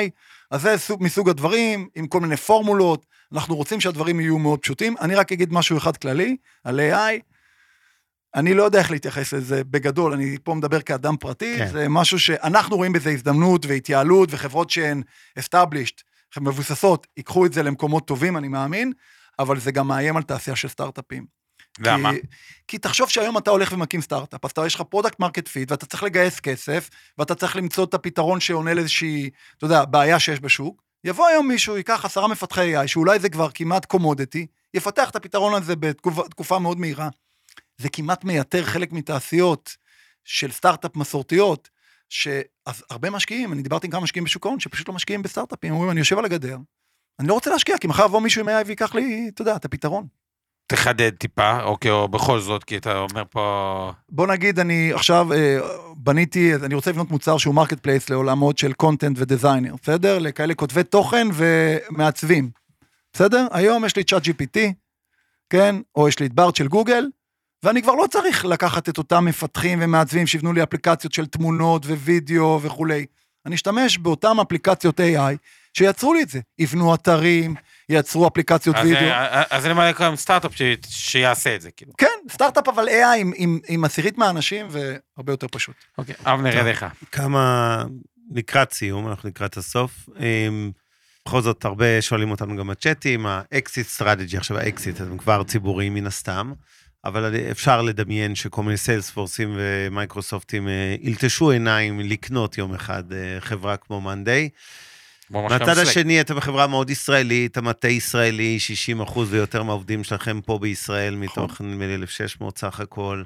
אז זה מסוג הדברים, עם כל מיני פורמולות, אנחנו רוצים שהדברים יהיו מאוד פשוטים. אני רק אגיד משהו אחד כללי, על AI, אני לא יודע איך להתייחס לזה בגדול, אני פה מדבר כאדם פרטי, כן. זה משהו שאנחנו רואים בזה הזדמנות והתייעלות, וחברות שהן established, מבוססות, ייקחו את זה למקומות טובים, אני מאמין, אבל זה גם מאיים על תעשייה של סטארט-אפים. למה? כי תחשוב שהיום אתה הולך ומקים סטארט-אפ, אז יש לך פרודקט מרקט פיט, ואתה צריך לגייס כסף, ואתה צריך למצוא את הפתרון שעונה לאיזושהי, אתה יודע, בעיה שיש בשוק, יבוא היום מישהו, ייקח 10 מפתחי AI, שאולי זה כבר כמעט קומודיטי, יפתח את הפתרון הזה בתקופה מאוד מהירה. זה כמעט מייתר חלק מתעשיות של סטארט-אפ מסורתיות, אז הרבה משקיעים, אני דיברתי עם כמה משקיעים בשוק ההון, שפשוט לא משקיעים בסטארט-אפים, אומרים, אני יושב על הגדר, אני לא רוצה להשקיע, כי מחר יבוא מישהו עם AI ויקח לי, אתה יודע, את הפתרון. תחדד טיפה, אוקיי, או בכל זאת, כי אתה אומר פה... בוא נגיד, אני עכשיו בניתי, אני רוצה לבנות מוצר שהוא מרקט פלייס לעולמות של קונטנט ודיזיינר, בסדר? לכאלה כותבי תוכן ומעצבים, בסדר? היום יש לי צ'אט GPT, כן? או יש לי את בארט של גוגל, ואני כבר לא צריך לקחת את אותם מפתחים ומעצבים שיבנו לי אפליקציות של תמונות ווידאו וכולי. אני אשתמש באותם אפליקציות AI שיצרו לי את זה. יבנו אתרים, יצרו אפליקציות וידאו. אז זה למעלה קיים סטארט-אפ שיעשה את זה, כאילו. כן, סטארט-אפ אבל AI עם עשירית מהאנשים והרבה יותר פשוט. אוקיי, אבנר, ידיך. כמה לקראת סיום, אנחנו לקראת הסוף. בכל זאת, הרבה שואלים אותנו גם הצ'אטים, האקסיט סטרטג'י, עכשיו האקסיט, הם כבר ציבוריים מן הסתם, אבל אפשר לדמיין שכל מיני סיילספורסים ומייקרוסופטים ילטשו עיניים לקנות יום אחד חברה כמו מאנדיי. מהצד השני, אתם בחברה מאוד ישראלית, המטה ישראלי, 60% ויותר מהעובדים שלכם פה בישראל, מתוך 1,600 סך הכל,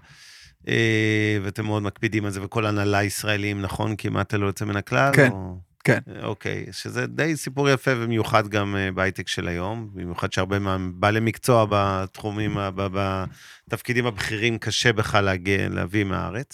ואתם מאוד מקפידים על זה, וכל הנהלה ישראלים, נכון? כמעט לא יוצא מן הכלל? כן, כן. אוקיי, שזה די סיפור יפה ומיוחד גם בהייטק של היום, במיוחד שהרבה בעלי מקצוע בתחומים, בתפקידים הבכירים, קשה בכלל להביא מהארץ.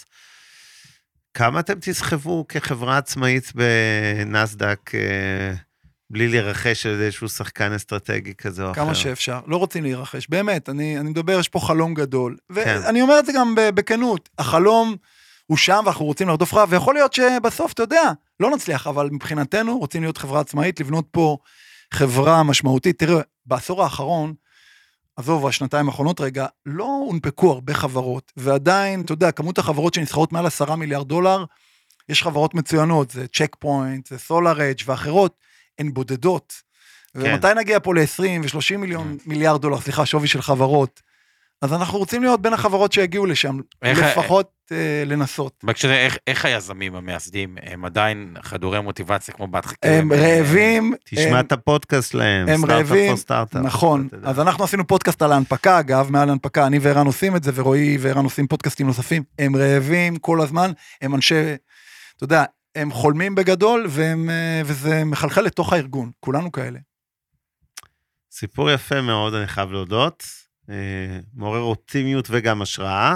כמה אתם תסחבו כחברה עצמאית בנסדק, בלי להירחש על איזשהו שחקן אסטרטגי כזה או אחר? כמה שאפשר, לא רוצים להירחש, באמת, אני מדבר, יש פה חלום גדול, ואני אומר את זה גם בכנות, החלום הוא שם ואנחנו רוצים לרדוף רב, ויכול להיות שבסוף, אתה יודע, לא נצליח, אבל מבחינתנו רוצים להיות חברה עצמאית, לבנות פה חברה משמעותית. תראה, בעשור האחרון, עזוב, השנתיים האחרונות רגע, לא הונפקו הרבה חברות, ועדיין, אתה יודע, כמות החברות שנסחרות מעל 10 מיליארד דולר, יש חברות מצוינות, זה צ'ק פוינט, זה SolarEdge ואחרות, הן בודדות. כן. ומתי נגיע פה ל-20 ו-30 מיליארד דולר, סליחה, שווי של חברות, אז אנחנו רוצים להיות בין החברות שהגיעו לשם, לפחות לנסות. איך היזמים המייסדים, הם עדיין חדורי מוטיבציה כמו בהתחלה? הם רעבים. תשמע את הפודקאסט להם, הם רעבים, נכון. אז אנחנו עשינו פודקאסט על ההנפקה, אגב, מעל ההנפקה, אני וערן עושים את זה, ורועי וערן עושים פודקאסטים נוספים. הם רעבים כל הזמן, הם אנשי, אתה יודע, הם חולמים בגדול, וזה מחלחל לתוך הארגון, כולנו כאלה. סיפור יפה מאוד, אני חייב להודות. מעורר אופטימיות וגם השראה.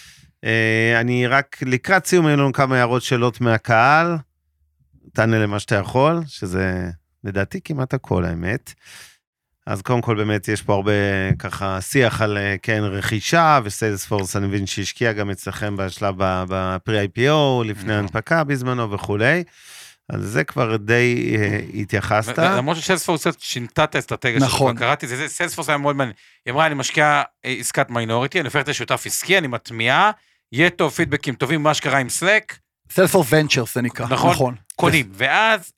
אני רק לקראת סיום, היו לנו כמה הערות שאלות מהקהל, תענה למה שאתה יכול, שזה לדעתי כמעט הכל האמת. אז קודם כל באמת יש פה הרבה ככה שיח על כן רכישה, וסיילספורס אני מבין שהשקיע גם אצלכם בשלב בפרי-IPO, לפני הנפקה בזמנו וכולי. אז זה כבר די התייחסת. למרות שסיילספורס שינתה את האסטרטגיה, נכון. קראתי, סיילספורס היה מאוד מעניין. היא אמרה, אני משקיעה עסקת מיינוריטי, אני הופכת לשותף עסקי, אני מטמיעה, יהיה טוב פידבקים טובים, מה שקרה עם סלק. סיילספורס ונצ'רס זה נקרא. נכון, קונים. ואז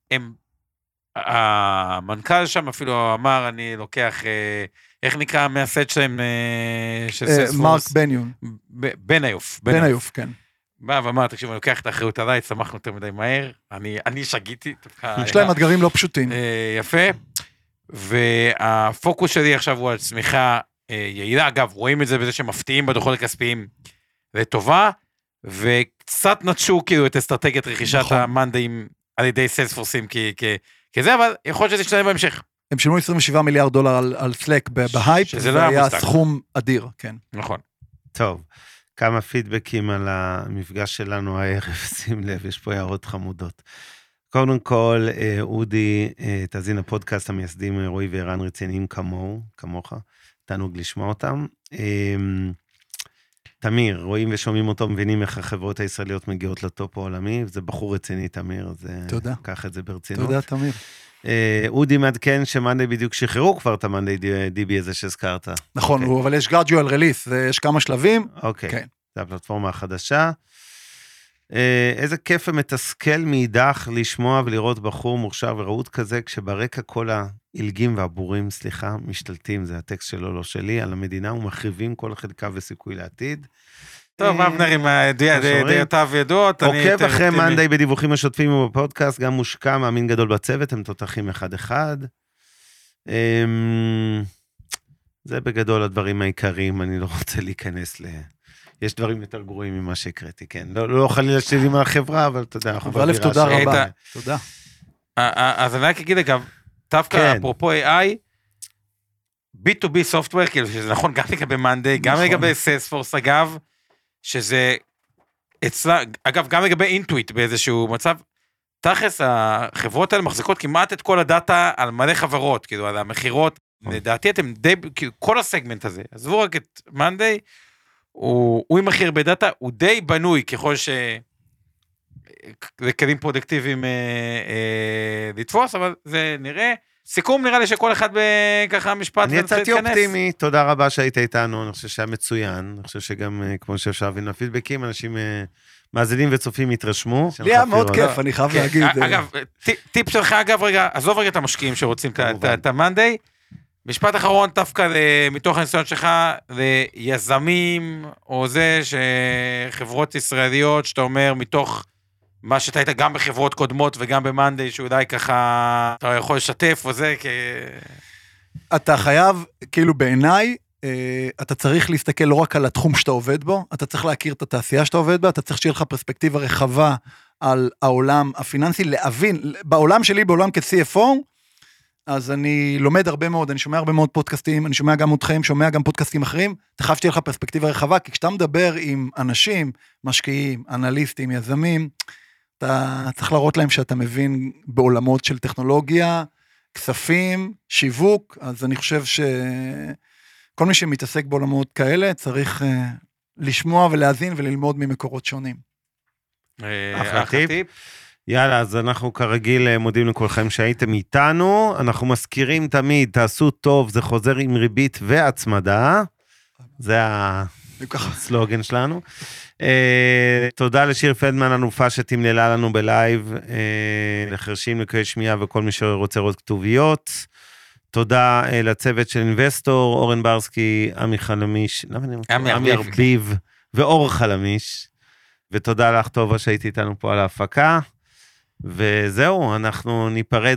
המנכ"ל שם אפילו אמר, אני לוקח, איך נקרא המייסד שלהם של סיילספורס? מרק בניון. בניוף, כן. בא ואמר, תקשיב, אני לוקח את האחריות עליי, צמחנו יותר מדי מהר, אני שגיתי. יש להם אתגרים לא פשוטים. יפה, והפוקוס שלי עכשיו הוא על צמיחה יעילה, אגב, רואים את זה בזה שמפתיעים בדוחות הכספיים לטובה, וקצת נטשו כאילו את אסטרטגיית רכישת המאנדאים על ידי סיילספורסים כזה, אבל יכול להיות שזה ישתנה בהמשך. הם שילמו 27 מיליארד דולר על סלק בהייפ, זה היה סכום אדיר, כן. נכון. טוב. כמה פידבקים על המפגש שלנו הערב, שים לב, יש פה הערות חמודות. קודם כל, אודי, תאזין הפודקאסט המייסדים, רועי וערן רציניים כמוך, תענוג לשמוע אותם. תמיר, רואים ושומעים אותו, מבינים איך החברות הישראליות מגיעות לטופ העולמי, זה בחור רציני, תמיר, אז תודה. קח את זה ברצינות. תודה, תמיר. אודי מעדכן שמאנדי בדיוק שחררו כבר את המאנדי DB הזה שהזכרת. נכון, אבל יש gradual release, יש כמה שלבים. אוקיי, זה הפלטפורמה החדשה. איזה כיף ומתסכל מאידך לשמוע ולראות בחור מוכשר וראות כזה, כשברקע כל האילגים והבורים, סליחה, משתלטים, זה הטקסט שלו, לא שלי, על המדינה, ומחריבים כל חלקה וסיכוי לעתיד. טוב, אבנר עם דעותיו ידועות. עוקב אחרי מאנדי בדיווחים השוטפים ובפודקאסט, גם מושקע, מאמין גדול בצוות, הם תותחים אחד-אחד. זה בגדול הדברים העיקריים, אני לא רוצה להיכנס יש דברים יותר גרועים ממה שהקראתי, כן. לא חלילה שלי מהחברה, אבל אתה יודע, אבל אלף, תודה רבה. תודה. אז אני רק אגיד, אגב, דווקא אפרופו AI, B2B software, כאילו שזה נכון גם לגבי מאנדי, גם לגבי סיילספורס, אגב, שזה אצלה, אגב, גם לגבי אינטואיט באיזשהו מצב, תכלס, החברות האלה מחזיקות כמעט את כל הדאטה על מלא חברות, כאילו, על המחירות, לדעתי אתם די, כאילו, כל הסגמנט הזה, עזבו רק את מאנדי, הוא עם הכי הרבה דאטה, הוא די בנוי, ככל זה כלים פרודקטיביים לתפוס, אבל זה נראה, סיכום נראה לי שכל אחד בככה משפט. אני יצאתי אופטימי, תודה רבה שהיית איתנו, אני חושב שהיה מצוין, אני חושב שגם כמו שאפשר להבין מהפידבקים, אנשים מאזינים וצופים התרשמו. לי היה מאוד כיף, אני חייב להגיד. אגב, טיפ שלך, אגב, רגע, עזוב רגע את המשקיעים שרוצים את המאנדי, משפט אחרון, דווקא מתוך הניסיון שלך, ליזמים, או זה שחברות ישראליות, שאתה אומר, מתוך מה שאתה היית גם בחברות קודמות, וגם במאנדי, שאולי ככה, אתה יכול לשתף, או זה, אתה חייב, כאילו בעיניי, אתה צריך להסתכל לא רק על התחום שאתה עובד בו, אתה צריך להכיר את התעשייה שאתה עובד בה, אתה צריך שיהיה לך פרספקטיבה רחבה על העולם הפיננסי, להבין, בעולם שלי, בעולם כ-CFO, אז אני לומד הרבה מאוד, אני שומע הרבה מאוד פודקאסטים, אני שומע גם אתכם, שומע גם פודקאסטים אחרים, אתה חייב שתהיה לך פרספקטיבה רחבה, כי כשאתה מדבר עם אנשים, משקיעים, אנליסטים, יזמים, אתה צריך להראות להם שאתה מבין בעולמות של טכנולוגיה, כספים, שיווק, אז אני חושב שכל מי שמתעסק בעולמות כאלה, צריך לשמוע ולהזין וללמוד ממקורות שונים. אחלה טיפ. יאללה, אז אנחנו כרגיל מודים לכולכם שהייתם איתנו, אנחנו מזכירים תמיד, תעשו טוב, זה חוזר עם ריבית והצמדה, זה הסלוגן שלנו. תודה לשיר פלדמן, אלופה שתמללה לנו בלייב, לחרשים, לקויי שמיעה וכל מי שרוצה לראות כתוביות. תודה לצוות של אינבסטור, אורן ברסקי, עמי חלמיש, עמי ארביב ואור חלמיש, ותודה לך טובה שהייתי איתנו פה על ההפקה. וזהו, אנחנו ניפרד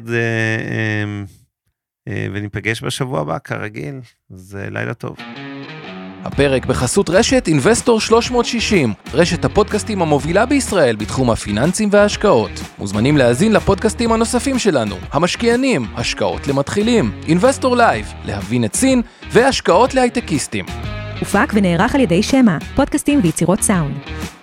וניפגש בשבוע הבא, כרגיל, אז לילה טוב. הפרק בחסות רשת אינבסטור 360, רשת הפודקאסטים המובילה בישראל בתחום הפיננסים וההשקעות. מוזמנים להאזין לפודקאסטים הנוספים שלנו, המשקיענים, השקעות למתחילים, אינבסטור לייב, להבין את סין, והשקעות להייטקיסטים. הופק ונערך על ידי שמה, פודקאסטים ויצירות סאונד.